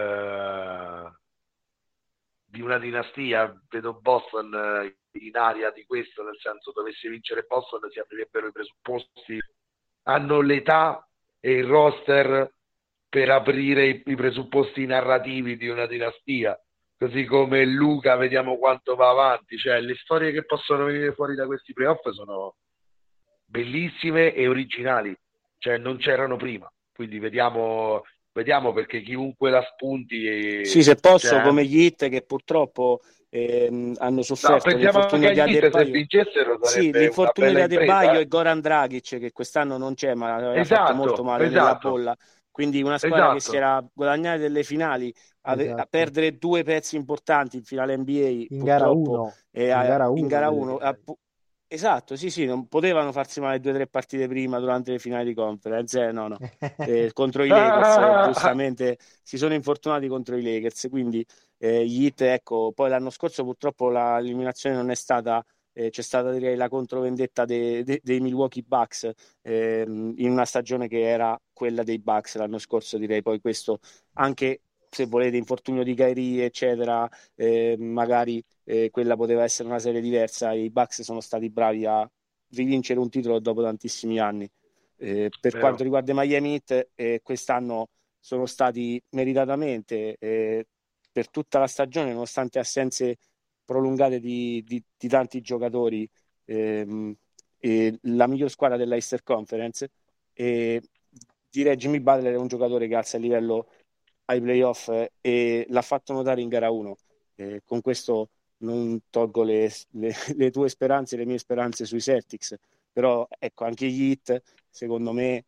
di una dinastia. Vedo Boston in aria di questo, nel senso, dovesse vincere Boston si aprirebbero i presupposti, hanno l'età e il roster per aprire i presupposti narrativi di una dinastia, così come Luca, vediamo quanto va avanti. Cioè, le storie che possono venire fuori da questi playoff sono bellissime e originali, cioè non c'erano prima, quindi vediamo perché chiunque la spunti Sì, se posso, cioè, come gli Heat, che purtroppo hanno no, sofferto pensiamo anche l'infortunio di agli Heat, se Adebayo. vincessero Sì, sarebbe una l'infortunio di bella Adebayo impresa, e Goran Dragic, che quest'anno non c'è, ma aveva fatto molto Esatto, male nella esatto, bolla. Quindi una squadra che si esatto. era guadagnata delle finali, a Esatto. perdere 2 pezzi importanti in finale NBA, In gara purtroppo, 1, in gara in 1 gara delle 1. finali. Esatto, sì, sì, non potevano farsi male 2 o 3 partite prima durante le finali di conference, no, no. Contro i Lakers, giustamente si sono infortunati contro i Lakers, quindi gli Heat, ecco, poi l'anno scorso purtroppo l'eliminazione non è stata, c'è stata, direi, la controvendetta dei Milwaukee Bucks, in una stagione che era quella dei Bucks l'anno scorso, direi. Poi questo, anche se volete, infortunio di Kyrie eccetera, magari quella poteva essere una serie diversa. I Bucks sono stati bravi a rivincere un titolo dopo tantissimi anni. Per quanto Vero. riguarda i Miami Heat, quest'anno sono stati meritatamente, per tutta la stagione, nonostante assenze prolungate di tanti giocatori, ehm, la miglior squadra della Eastern Conference. E direi Jimmy Butler è un giocatore che alza il livello ai playoff, e l'ha fatto notare in gara 1. Con questo non tolgo le tue speranze, le mie speranze sui Celtics, però ecco, anche gli Heat, secondo me,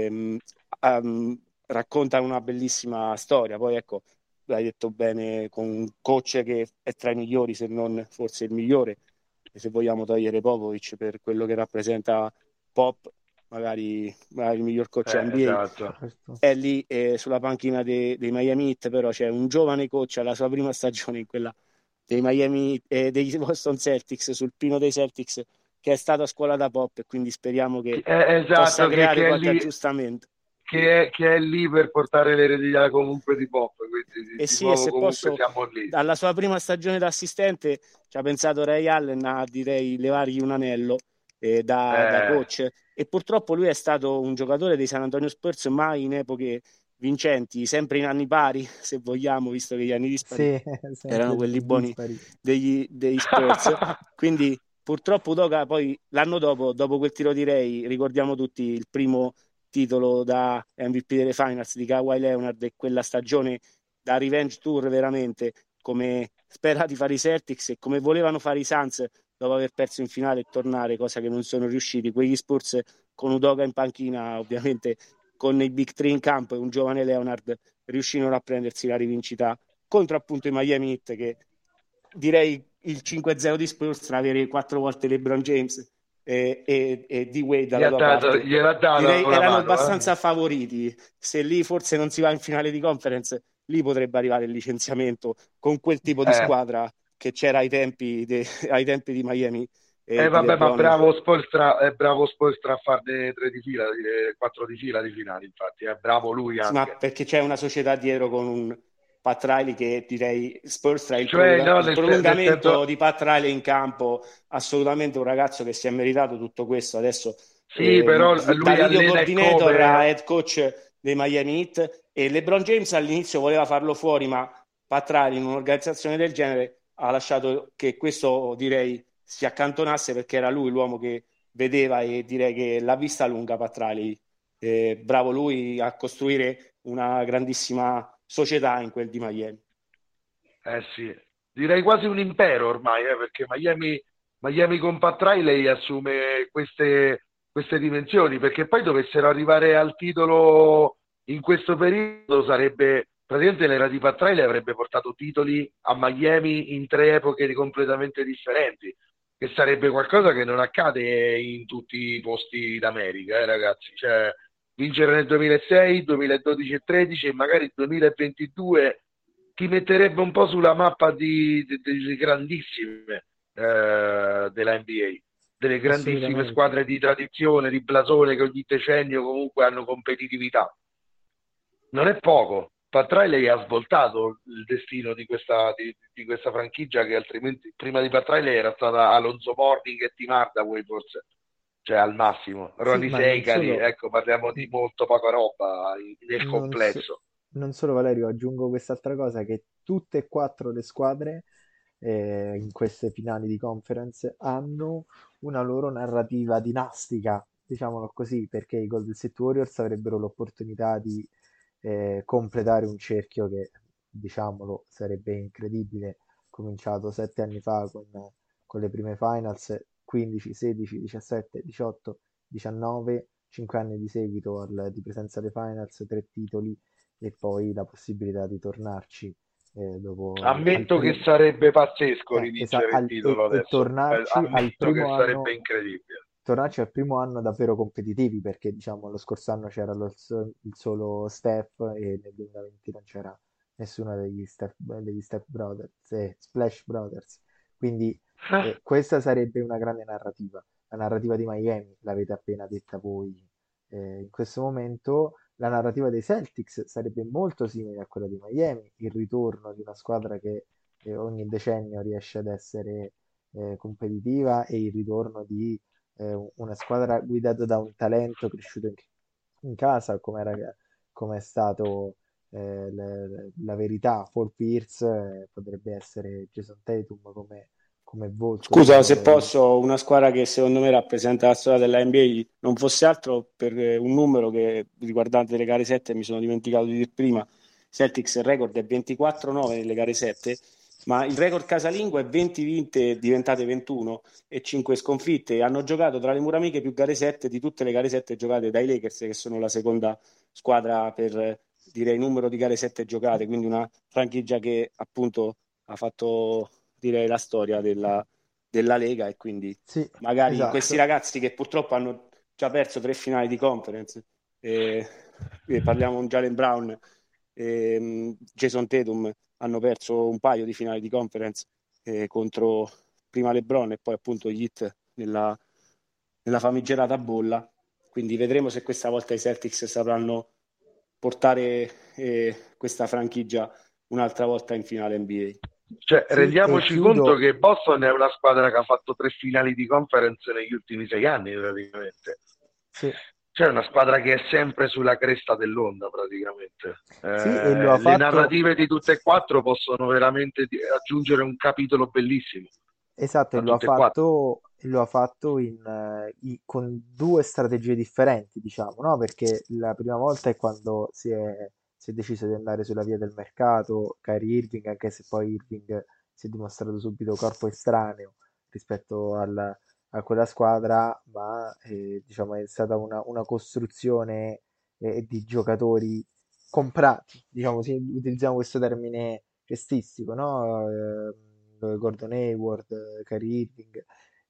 raccontano una bellissima storia. Poi ecco, l'hai detto bene, con un coach che è tra i migliori, se non forse il migliore, e se vogliamo togliere Popovic per quello che rappresenta Pop, magari il miglior coach NBA, Esatto. Certo. è lì sulla panchina dei Miami Heat. Però c'è un giovane coach alla sua prima stagione in quella dei Boston Celtics, sul pino dei Celtics, che è stato a scuola da Pop, e quindi speriamo che possa Esatto, creare che è qualche lì, aggiustamento. che è lì per portare l'eredità comunque di Pop, quindi E di sì, e nuovo se comunque posso, siamo lì. dalla sua prima stagione da assistente ci ha pensato Ray Allen a, direi, levargli un anello, da coach, e purtroppo lui è stato un giocatore dei San Antonio Spurs mai in epoche vincenti, sempre in anni pari, se vogliamo, visto che gli anni dispari Sì, erano sempre quelli buoni dispari. degli Spurs. Quindi purtroppo Udoka poi l'anno dopo quel tiro di Ray, ricordiamo tutti il primo titolo da MVP delle Finals di Kawhi Leonard, e quella stagione da revenge tour veramente, come spera di fare i Celtics e come volevano fare i Suns dopo aver perso in finale e tornare, cosa che non sono riusciti. Quegli Spurs con Udoka in panchina, ovviamente con i Big Three in campo e un giovane Leonard, riuscirono a prendersi la rivincita contro appunto i Miami Heat, che direi il 5-0 di Spurs, avere 4 volte LeBron James e D-Wade dalla tua parte, gliel'ha data direi una erano mano. abbastanza favoriti. Se lì forse non si va in finale di conference, lì potrebbe arrivare il licenziamento con quel tipo di squadra che c'era ai tempi di Miami e di Vabbè, ma LeBron. bravo Spoelstra a farne 3 di fila, 4 di fila di finali, infatti, è bravo lui Sì, ma anche. perché c'è una società dietro con un Pat Riley che direi Spoelstra è Cioè, no, il nel prolungamento senso, di Pat Riley in campo, assolutamente un ragazzo che si è meritato tutto questo. Adesso sì, però da lui video allena e coordinator a come... head coach dei Miami Heat, e LeBron James all'inizio voleva farlo fuori, ma Pat Riley in un'organizzazione del genere ha lasciato che questo, direi, si accantonasse, perché era lui l'uomo che vedeva, e direi che l'ha vista lunga Pat Riley. Bravo lui a costruire una grandissima società in quel di Miami. Sì, direi quasi un impero ormai, perché Miami con Pat Riley assume queste dimensioni, perché poi dovessero arrivare al titolo in questo periodo sarebbe, praticamente l'era di Pat Riley avrebbe portato titoli a Miami in 3 epoche completamente differenti, che sarebbe qualcosa che non accade in tutti i posti d'America, ragazzi, cioè vincere nel 2006, 2012 e 13 e magari il 2022 ti metterebbe un po' sulla mappa di grandissime della NBA, delle grandissime Assolutamente. squadre di tradizione, di blasone, che ogni decennio comunque hanno competitività. Non è poco. Pat Riley ha svoltato il destino di questa franchigia, che altrimenti prima di Pat Riley era stata Alonzo Mourning e Tim Hardaway forse, cioè al massimo. Sì, Ronnie ma non Seicali, solo, ecco, parliamo di molto poca roba nel non, so- complesso. non solo Valerio, aggiungo quest'altra cosa, che tutte e quattro le squadre in queste finali di conference hanno una loro narrativa dinastica, diciamolo così, perché i Golden State Warriors avrebbero l'opportunità di completare un cerchio che, diciamolo, sarebbe incredibile, cominciato 7 anni fa con le prime finals, 15, 16, 17, 18, 19, 5 anni di seguito di presenza alle finals, 3 titoli e poi la possibilità di tornarci dopo Ammetto che sarebbe pazzesco rivincere il titolo e adesso. tornarci al Ammetto che primo sarebbe anno, incredibile. tornarci al primo anno davvero competitivi, perché diciamo lo scorso anno c'era il solo Steph e nel 2020 non c'era nessuno degli Steph Brothers, Splash Brothers. Quindi questa sarebbe una grande narrativa. La narrativa di Miami, l'avete appena detta voi in questo momento. La narrativa dei Celtics sarebbe molto simile a quella di Miami, il ritorno di una squadra che ogni decennio riesce ad essere competitiva, e il ritorno di una squadra guidata da un talento cresciuto in casa, come è stato la verità. Paul Pierce potrebbe essere Jason Tatum come volto Scusa, se dietro posso, una squadra che secondo me rappresenta la storia della NBA, non fosse altro per un numero che riguardante le gare 7 mi sono dimenticato di dire prima. Celtics il record è 24-9 nelle gare 7, ma il record casalingo è 20 vinte diventate 21 e 5 sconfitte. Hanno giocato tra le mura amiche più gare 7 di tutte le gare 7 giocate dai Lakers, che sono la seconda squadra per, direi, numero di gare 7 giocate, quindi una franchigia che appunto ha fatto, direi, la storia della Lega, e quindi Sì, magari questi esatto. ragazzi che purtroppo hanno già perso 3 finali di conference, parliamo di Jalen Brown e Jason Tatum, hanno perso un paio di finali di conference contro prima LeBron e poi appunto gli Heat nella famigerata bolla. Quindi vedremo se questa volta i Celtics sapranno portare questa franchigia un'altra volta in finale NBA. Cioè, Sì, e rendiamoci conto chiudo. che Boston è una squadra che ha fatto 3 finali di conference negli ultimi 6 anni, praticamente. Sì, Cioè, è una squadra che è sempre sulla cresta dell'onda, praticamente. sì, e lo ha Le fatto. narrative di tutte e quattro possono veramente aggiungere un capitolo bellissimo Esatto, a tutte e quattro. e lo ha fatto con due strategie differenti, diciamo, no? Perché la prima volta è quando si è deciso di andare sulla via del mercato, Kyrie Irving, anche se poi Irving si è dimostrato subito corpo estraneo rispetto a quella squadra, ma diciamo è stata una costruzione di giocatori comprati, diciamo così, utilizziamo questo termine cestistico, no? Gordon Hayward, Kyrie Irving.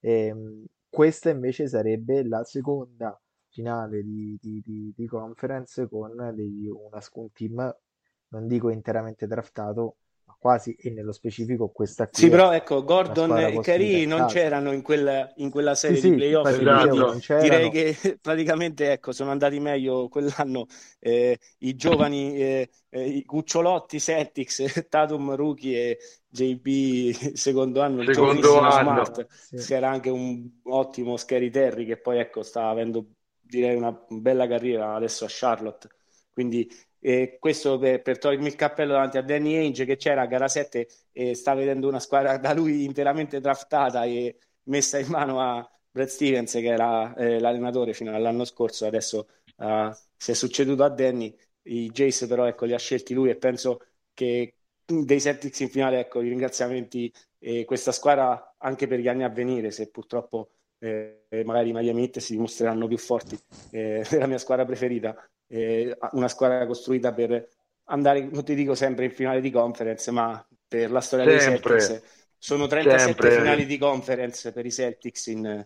Questa invece sarebbe la seconda finale di conference con un team, non dico interamente draftato, ma quasi, e nello specifico questa qui Sì, è però ecco, una Gordon squadra e costruita Kyrie in non casa. c'erano in quella Sì, serie di sì, playoff, infatti dicevo, quindi non Esatto. direi c'erano. che praticamente ecco, sono andati meglio quell'anno i giovani, i cucciolotti Celtics, Tatum rookie e JB secondo anno, il Secondo giovanissimo anno. Smart. Sì. C'era anche un ottimo Scary Terry che poi ecco, sta avendo direi una bella carriera adesso a Charlotte. Quindi questo per togliermi il cappello davanti a Danny Ainge che c'era a gara 7 e sta vedendo una squadra da lui interamente draftata e messa in mano a Brad Stevens, che era l'allenatore fino all'anno scorso. Adesso si è succeduto a Danny. I Jays, però, ecco, li ha scelti lui e penso che dei Celtics in finale, ecco, i ringraziamenti questa squadra anche per gli anni a venire, se purtroppo magari i Miami Heat si dimostreranno più forti della mia squadra preferita, una squadra costruita per andare, non ti dico sempre in finale di conference, ma per la storia dei Sempre, Celtics sono 37 finali sempre. di conference per i Celtics in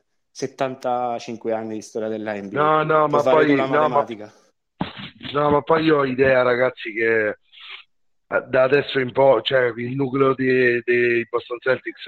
75 anni di storia della NBA. No, no, Puoi ma fare tu poi, la matematica. no, ma poi io ho idea, ragazzi, che da adesso in poi, cioè il nucleo dei Boston Celtics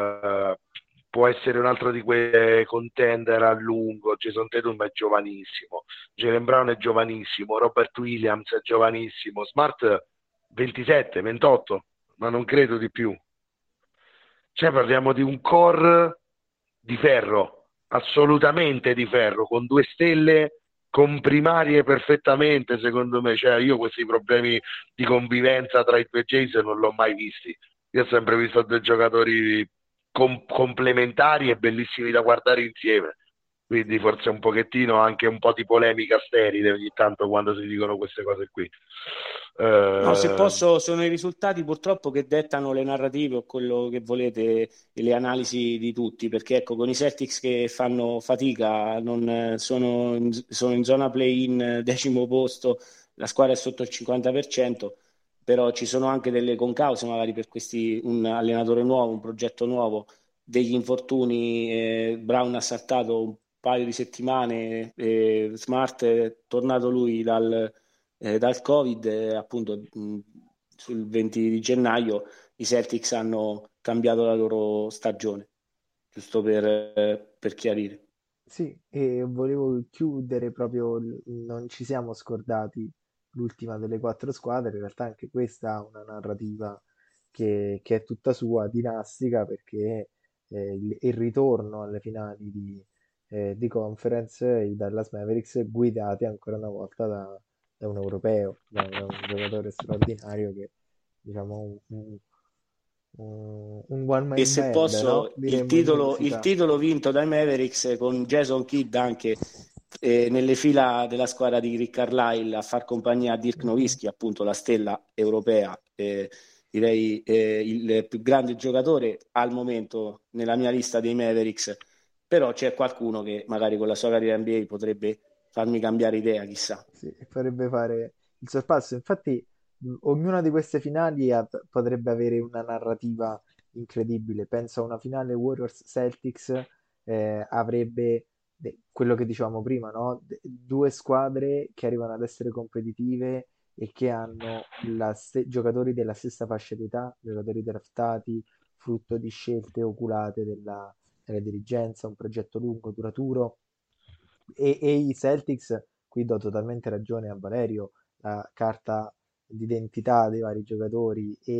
può essere un altro di quei contender a lungo. Jason Tatum è giovanissimo, Jaylen Brown è giovanissimo, Robert Williams è giovanissimo, Smart 27, 28, ma non credo di più. Cioè parliamo di un core di ferro, assolutamente di ferro, con 2 stelle comprimarie perfettamente, secondo me. Cioè, io questi problemi di convivenza tra i due Jays non l'ho mai visti. Io ho sempre visto due giocatori complementari e bellissimi da guardare insieme. Quindi forse un pochettino anche un po' di polemica sterile ogni tanto quando si dicono queste cose qui. No, se Eh, posso, sono i risultati purtroppo che dettano le narrative o quello che volete e le analisi di tutti, perché ecco, con i Celtics che fanno fatica, non, sono in zona play-in, decimo posto, la squadra è sotto il 50%, però ci sono anche delle concause magari per questi, un allenatore nuovo, un progetto nuovo, degli infortuni, Brown ha saltato un paio di settimane, Smart è tornato lui dal Covid, appunto sul 20 di gennaio i Celtics hanno cambiato la loro stagione, giusto per chiarire. Sì, e volevo chiudere proprio, non ci siamo scordati l'ultima delle quattro squadre, in realtà anche questa ha una narrativa che è tutta sua, dinastica, perché il ritorno alle finali di conference, i Dallas Mavericks, guidati ancora una volta da un europeo, da un giocatore straordinario che, diciamo, un one E man se band, no? posso, Diremmo in il musica. titolo vinto dai Mavericks con Jason Kidd anche nelle fila della squadra di Rick Carlisle a far compagnia a Dirk Mhm. Nowitzki, appunto la stella europea, direi il più grande giocatore al momento nella mia lista dei Mavericks, però c'è qualcuno che magari con la sua carriera NBA potrebbe farmi cambiare idea, chissà. Sì, e farebbe fare il sorpasso. Infatti, ognuna di queste finali potrebbe avere una narrativa incredibile. Penso a una finale Warriors-Celtics, avrebbe quello che dicevamo prima, no? Due squadre che arrivano ad essere competitive e che hanno giocatori della stessa fascia d'età, giocatori draftati, frutto di scelte oculate della dirigenza, un progetto lungo, duraturo. E i Celtics, qui do totalmente ragione a Valerio, la carta d'identità dei vari giocatori e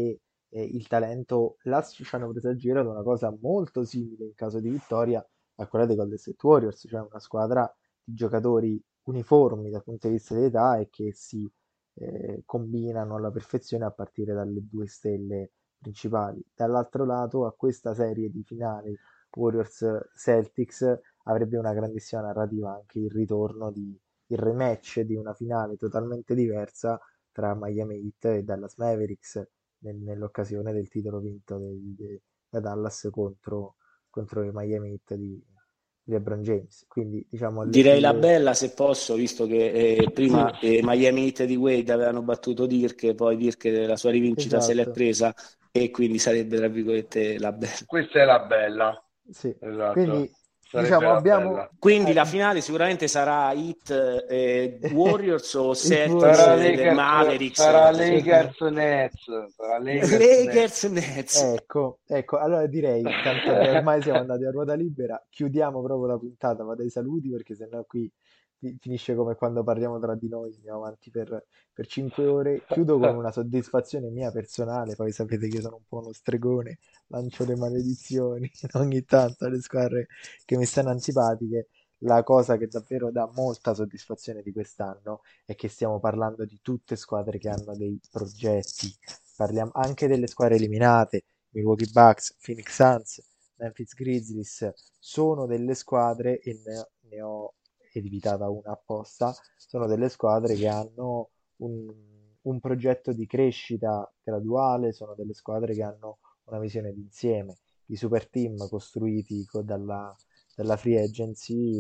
il talento, là ci hanno preso a giro ad una cosa molto simile in caso di vittoria a quella dei Golden State Warriors, cioè una squadra di giocatori uniformi dal punto di vista di età e che si combinano alla perfezione a partire dalle due stelle principali. Dall'altro lato, a questa serie di finali Warriors-Celtics avrebbe una grandissima narrativa anche il ritorno il rematch di una finale totalmente diversa tra Miami Heat e Dallas Mavericks nell'occasione del titolo vinto da Dallas contro i Miami Heat di LeBron James. Quindi, diciamo, Direi la bella, se posso, visto che prima sì, Miami Heat di Wade avevano battuto Dirk, poi Dirk la sua rivincita se l'è esatto, presa e quindi sarebbe, tra virgolette, la bella. Questa è la bella, sì. esatto, Quindi, sarebbe diciamo, la abbiamo bella. Quindi la finale sicuramente sarà Heat Warriors o It Celtics Sarà Warriors, Lakers, Mavericks. sarà esatto. Lakers Nets, sarà Lakers Nets. Lakers Nets. Ecco, allora direi, tanto che ormai siamo andati a ruota libera, chiudiamo proprio la puntata, vado ai saluti perché sennò qui finisce come quando parliamo tra di noi, andiamo avanti per 5 ore. Chiudo con una soddisfazione mia personale, poi sapete che io sono un po' uno stregone, lancio le maledizioni ogni tanto alle squadre che mi stanno antipatiche. La cosa che davvero dà molta soddisfazione di quest'anno è che stiamo parlando di tutte squadre che hanno dei progetti. Parliamo anche delle squadre eliminate, Milwaukee Bucks, Phoenix Suns, Memphis Grizzlies, sono delle squadre, e ne ho evitata una apposta, sono delle squadre che hanno un, un progetto di crescita graduale, sono delle squadre che hanno una visione d'insieme. I super team costruiti dalla free agency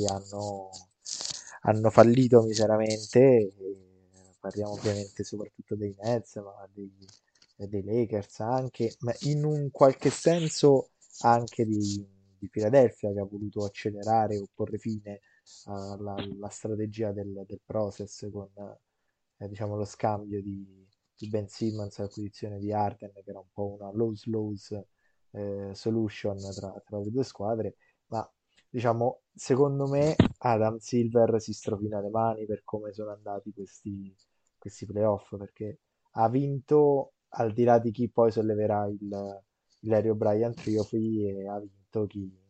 hanno fallito miseramente. Parliamo ovviamente soprattutto dei Nets, ma dei Lakers anche, ma in un qualche senso anche di Philadelphia che ha voluto accelerare o porre fine alla strategia del process con diciamo, lo scambio di Ben Simmons e l'acquisizione di Harden, che era un po' una lose-lose solution tra le due squadre, ma diciamo, secondo me Adam Silver si strofina le mani per come sono andati questi playoff, perché ha vinto al di là di chi poi solleverà l'Ario Brian Trophy e ha vinto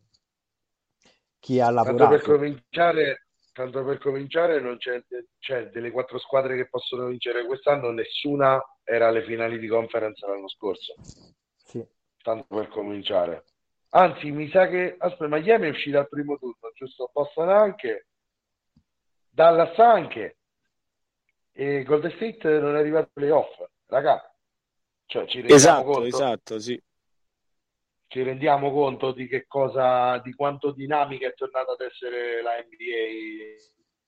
chi ha Tanto per lavorato. cominciare, non c'è delle quattro squadre che possono vincere quest'anno, nessuna era alle finali di conference l'anno scorso. Sì. Tanto per cominciare. Anzi, mi sa che aspetta, Miami è uscita al primo turno, giusto? Boston anche, Dallas anche, e Golden State non è arrivato ai playoff, raga. Cioè, Esatto, sì. ci rendiamo conto di che cosa, di quanto dinamica è tornata ad essere la NBA,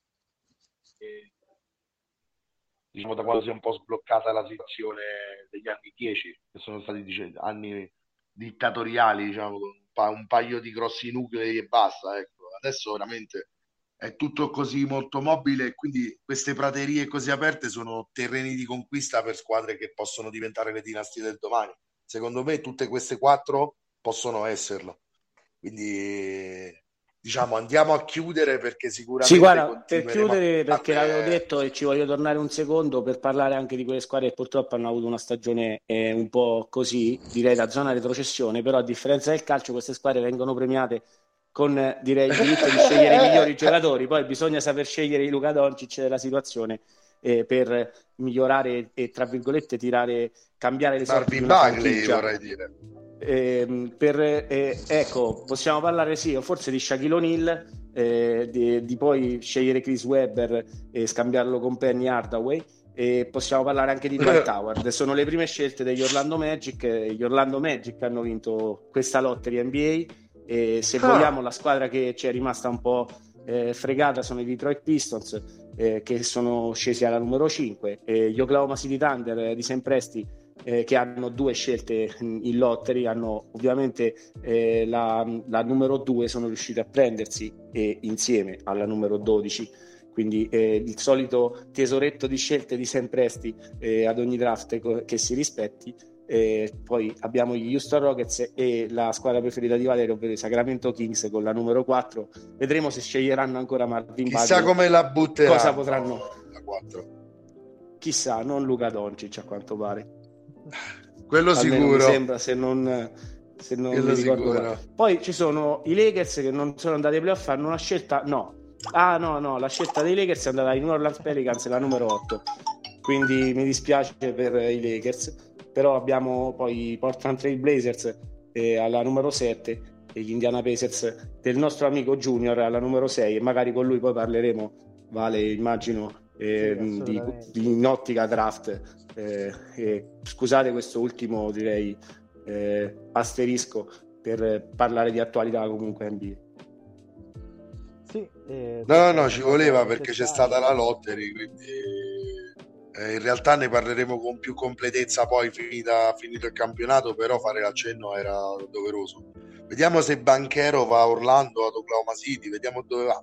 diciamo da quando si è un po' sbloccata la situazione degli anni 10, che sono stati anni dittatoriali, diciamo, con un paio di grossi nuclei e basta. Ecco. Adesso veramente è tutto così molto mobile e quindi queste praterie così aperte sono terreni di conquista per squadre che possono diventare le dinastie del domani. Secondo me tutte queste quattro possono esserlo. Quindi diciamo andiamo a chiudere perché Sì, sicuramente guarda, per continueremo a chiudere, perché l'avevo parlarne. detto e ci voglio tornare un secondo per parlare anche di quelle squadre che purtroppo hanno avuto una stagione un po' così, direi da zona retrocessione, però a differenza del calcio queste squadre vengono premiate con, direi, il diritto di scegliere i migliori giocatori, poi bisogna saper scegliere i Luka Doncic della situazione per migliorare e, tra virgolette, cambiare le sorti di Marvin una Bagley franchigia. vorrei dire. Ecco, possiamo parlare sì, forse di Shaquille O'Neal, di poi scegliere Chris Webber e scambiarlo con Penny Hardaway, e possiamo parlare anche di Dwight Howard. Sono le prime scelte degli Orlando Magic. Gli Orlando Magic hanno vinto questa lottery NBA e se vogliamo la squadra che ci è rimasta un po' fregata sono i Detroit Pistons, che sono scesi alla numero 5, gli Oklahoma City Thunder di Sam Presti, che hanno due scelte in lottery, hanno ovviamente la numero 2 sono riusciti a prendersi insieme alla numero 12, quindi il solito tesoretto di scelte di Sam Presti ad ogni draft che si rispetti. Poi abbiamo gli Houston Rockets e la squadra preferita di Valerio, ovvero i Sacramento Kings con la numero 4. Vedremo se sceglieranno ancora Marvin Bagley. Chissà come la butteranno. Cosa potranno? La 4. Chissà, non Luka Doncic a quanto pare. quello almeno sicuro. Mi sembra, se non mi ricordo male. Poi ci sono i Lakers che non sono andati ai playoff, fanno una scelta, la scelta dei Lakers è andata ai New Orleans Pelicans, la numero 8, quindi mi dispiace per i Lakers, però abbiamo poi i Portland Trail Blazers alla numero 7 e gli Indiana Pacers del nostro amico Junior alla numero 6, e magari con lui poi parleremo, Vale, immagino, di in ottica draft. Scusate questo ultimo, direi, asterisco per parlare di attualità comunque NBA. Sì, no, ci voleva, perché c'è stata la lottery, quindi in realtà ne parleremo con più completezza poi finito il campionato, però fare l'accenno era doveroso. Vediamo se Banchero va a Orlando, ad Oklahoma City, vediamo dove va.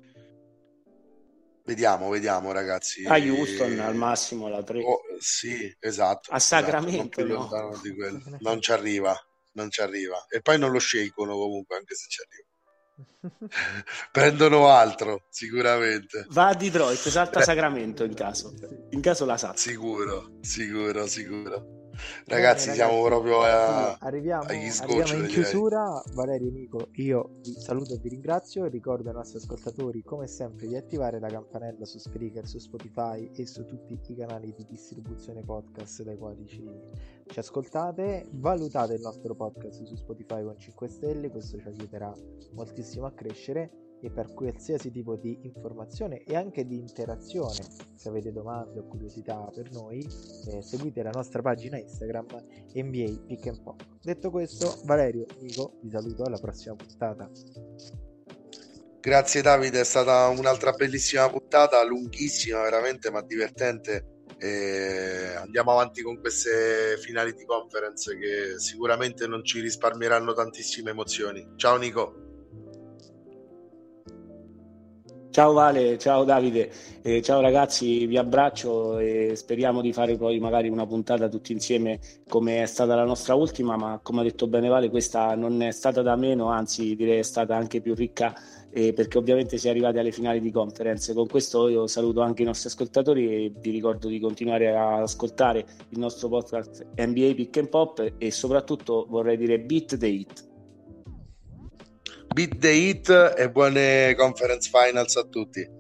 Vediamo ragazzi. A Houston al massimo, alla 3. Sì, esatto. A Sacramento, non più no? lontano di quello. Non ci arriva. E poi non lo scelgono comunque, anche se ci arriva. Prendono altro, sicuramente. Va a Detroit, salta Sacramento in caso la salta. Sicuro. Ragazzi, siamo proprio arriviamo agli sgoccioli, in chiusura. Valerio e Nico, io vi saluto e vi ringrazio. Ricordo ai nostri ascoltatori, come sempre, di attivare la campanella su Spreaker, su Spotify e su tutti i canali di distribuzione podcast dai quali ci ascoltate. Valutate il nostro podcast su Spotify con 5 stelle, questo ci aiuterà moltissimo a crescere. E per qualsiasi tipo di informazione e anche di interazione, se avete domande o curiosità per noi, seguite la nostra pagina Instagram NBA Pick and Pop. Detto questo, Valerio, Nico, vi saluto, alla prossima puntata. Grazie Davide, è stata un'altra bellissima puntata, lunghissima veramente, ma divertente. Andiamo avanti con queste finali di conference che sicuramente non ci risparmieranno tantissime emozioni. Ciao Nico. Ciao Vale, ciao Davide, ciao ragazzi, vi abbraccio e speriamo di fare poi magari una puntata tutti insieme come è stata la nostra ultima, ma come ha detto bene Vale, questa non è stata da meno, anzi direi è stata anche più ricca, perché ovviamente si è arrivati alle finali di conference. Con questo io saluto anche i nostri ascoltatori e vi ricordo di continuare ad ascoltare il nostro podcast NBA Pick and Pop e soprattutto vorrei dire Beat the Heat. Beat the Heat e buone conference finals a tutti.